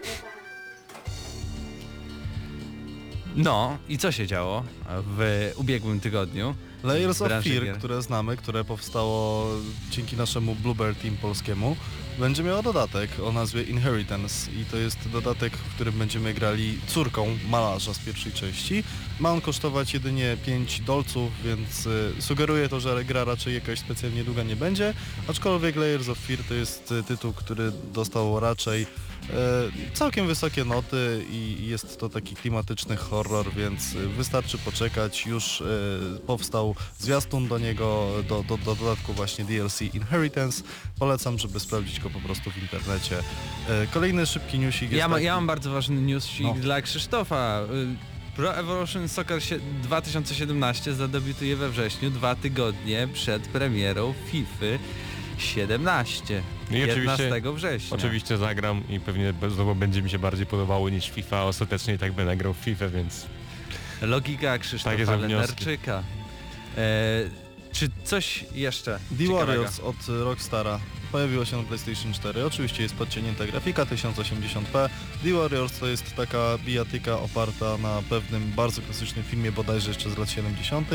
No i co się działo w ubiegłym tygodniu? Layers w of branży Fear, gier? które znamy, które powstało dzięki naszemu Bluebird Team polskiemu, będzie miało dodatek o nazwie Inheritance i to jest dodatek, w którym będziemy grali córką malarza z pierwszej części. Ma on kosztować jedynie $5, więc sugeruje to, że gra raczej jakaś specjalnie długa nie będzie, aczkolwiek Layers of Fear to jest tytuł, który dostał raczej całkiem wysokie noty i jest to taki klimatyczny horror, więc wystarczy poczekać. Już powstał zwiastun do niego, do dodatku właśnie DLC Inheritance. Polecam, żeby sprawdzić go po prostu w internecie. Kolejny szybki newsik jest Ja taki... mam bardzo ważny newsik No. dla Krzysztofa. Pro Evolution Soccer 2017 zadebiutuje we wrześniu, 2 tygodnie przed premierą FIFA 17. No i 15 września. Oczywiście zagram i pewnie znowu będzie mi się bardziej podobało niż FIFA, a ostatecznie i tak będę grał w FIFA, więc... Logika Krzysztofa Takie są wnioski. Lenarczyka. Czy coś jeszcze The ciekawego? Warriors od Rockstara pojawiło się na PlayStation 4. Oczywiście jest podciągnięta grafika 1080p. The Warriors to jest taka bijatyka oparta na pewnym bardzo klasycznym filmie, bodajże jeszcze z lat 70.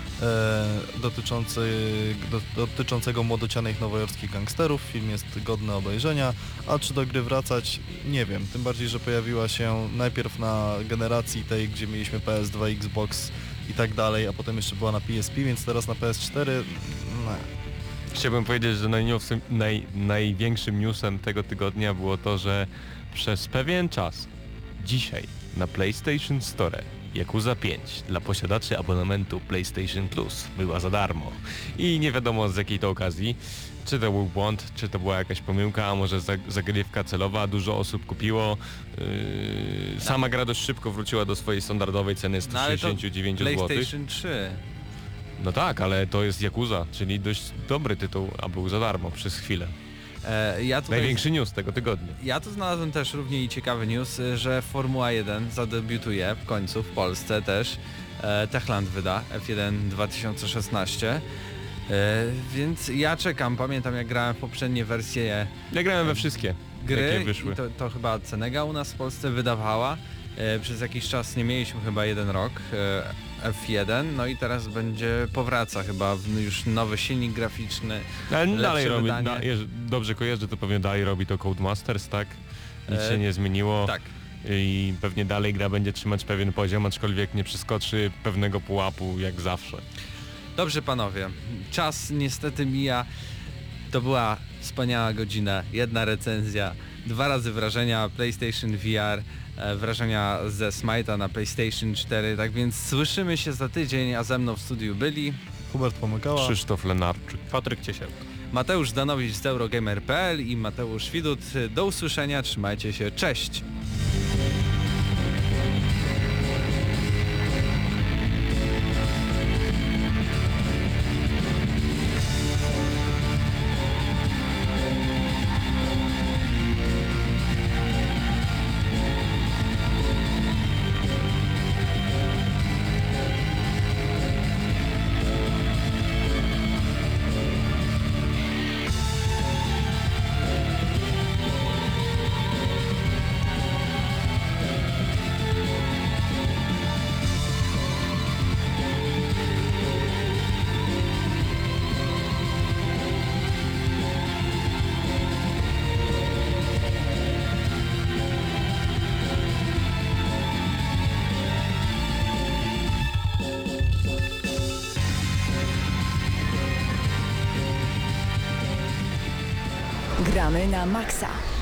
Dotyczącego młodocianych nowojorskich gangsterów. Film jest godny obejrzenia, a czy do gry wracać? Nie wiem, tym bardziej, że pojawiła się najpierw na generacji tej, gdzie mieliśmy PS2, Xbox i tak dalej, a potem jeszcze była na PSP, więc teraz na PS4... Chciałbym powiedzieć, że największym newsem tego tygodnia było to, że przez pewien czas dzisiaj na PlayStation Store Yakuza 5 dla posiadaczy abonamentu PlayStation Plus była za darmo. I nie wiadomo z jakiej to okazji, czy to był błąd, czy to była jakaś pomyłka, a może zagrywka celowa, dużo osób kupiło. Sama gra dość szybko wróciła do swojej standardowej ceny 169 zł. PlayStation 3. No tak, ale to jest Yakuza, czyli dość dobry tytuł, a był za darmo przez chwilę. Największy news tego tygodnia. Ja tu znalazłem też równie ciekawy news, że Formuła 1 zadebiutuje w końcu w Polsce też. Techland wyda F1 2016. Więc ja czekam, pamiętam jak grałem w poprzednie wersje. Ja grałem we wszystkie gry jakie wyszły. I to chyba Cenega u nas w Polsce wydawała. Przez jakiś czas nie mieliśmy chyba 1 rok F1, no i teraz powraca chyba już nowy silnik graficzny. Ale dalej robi, dobrze kojarzę, to pewnie dalej robi to Codemasters, tak? Nic się nie zmieniło. Tak. I pewnie dalej gra będzie trzymać pewien poziom, aczkolwiek nie przeskoczy pewnego pułapu jak zawsze. Dobrze panowie, czas niestety mija. To była wspaniała godzina, 1 recenzja, 2 razy wrażenia PlayStation VR, wrażenia ze Smite'a na PlayStation 4, tak więc słyszymy się za tydzień, a ze mną w studiu byli Hubert Pomykała, Krzysztof Lenarczyk, Patryk Ciesielko, Mateusz Danowicz z Eurogamer.pl i Mateusz Widut. Do usłyszenia, trzymajcie się, cześć! Gramy na maksa.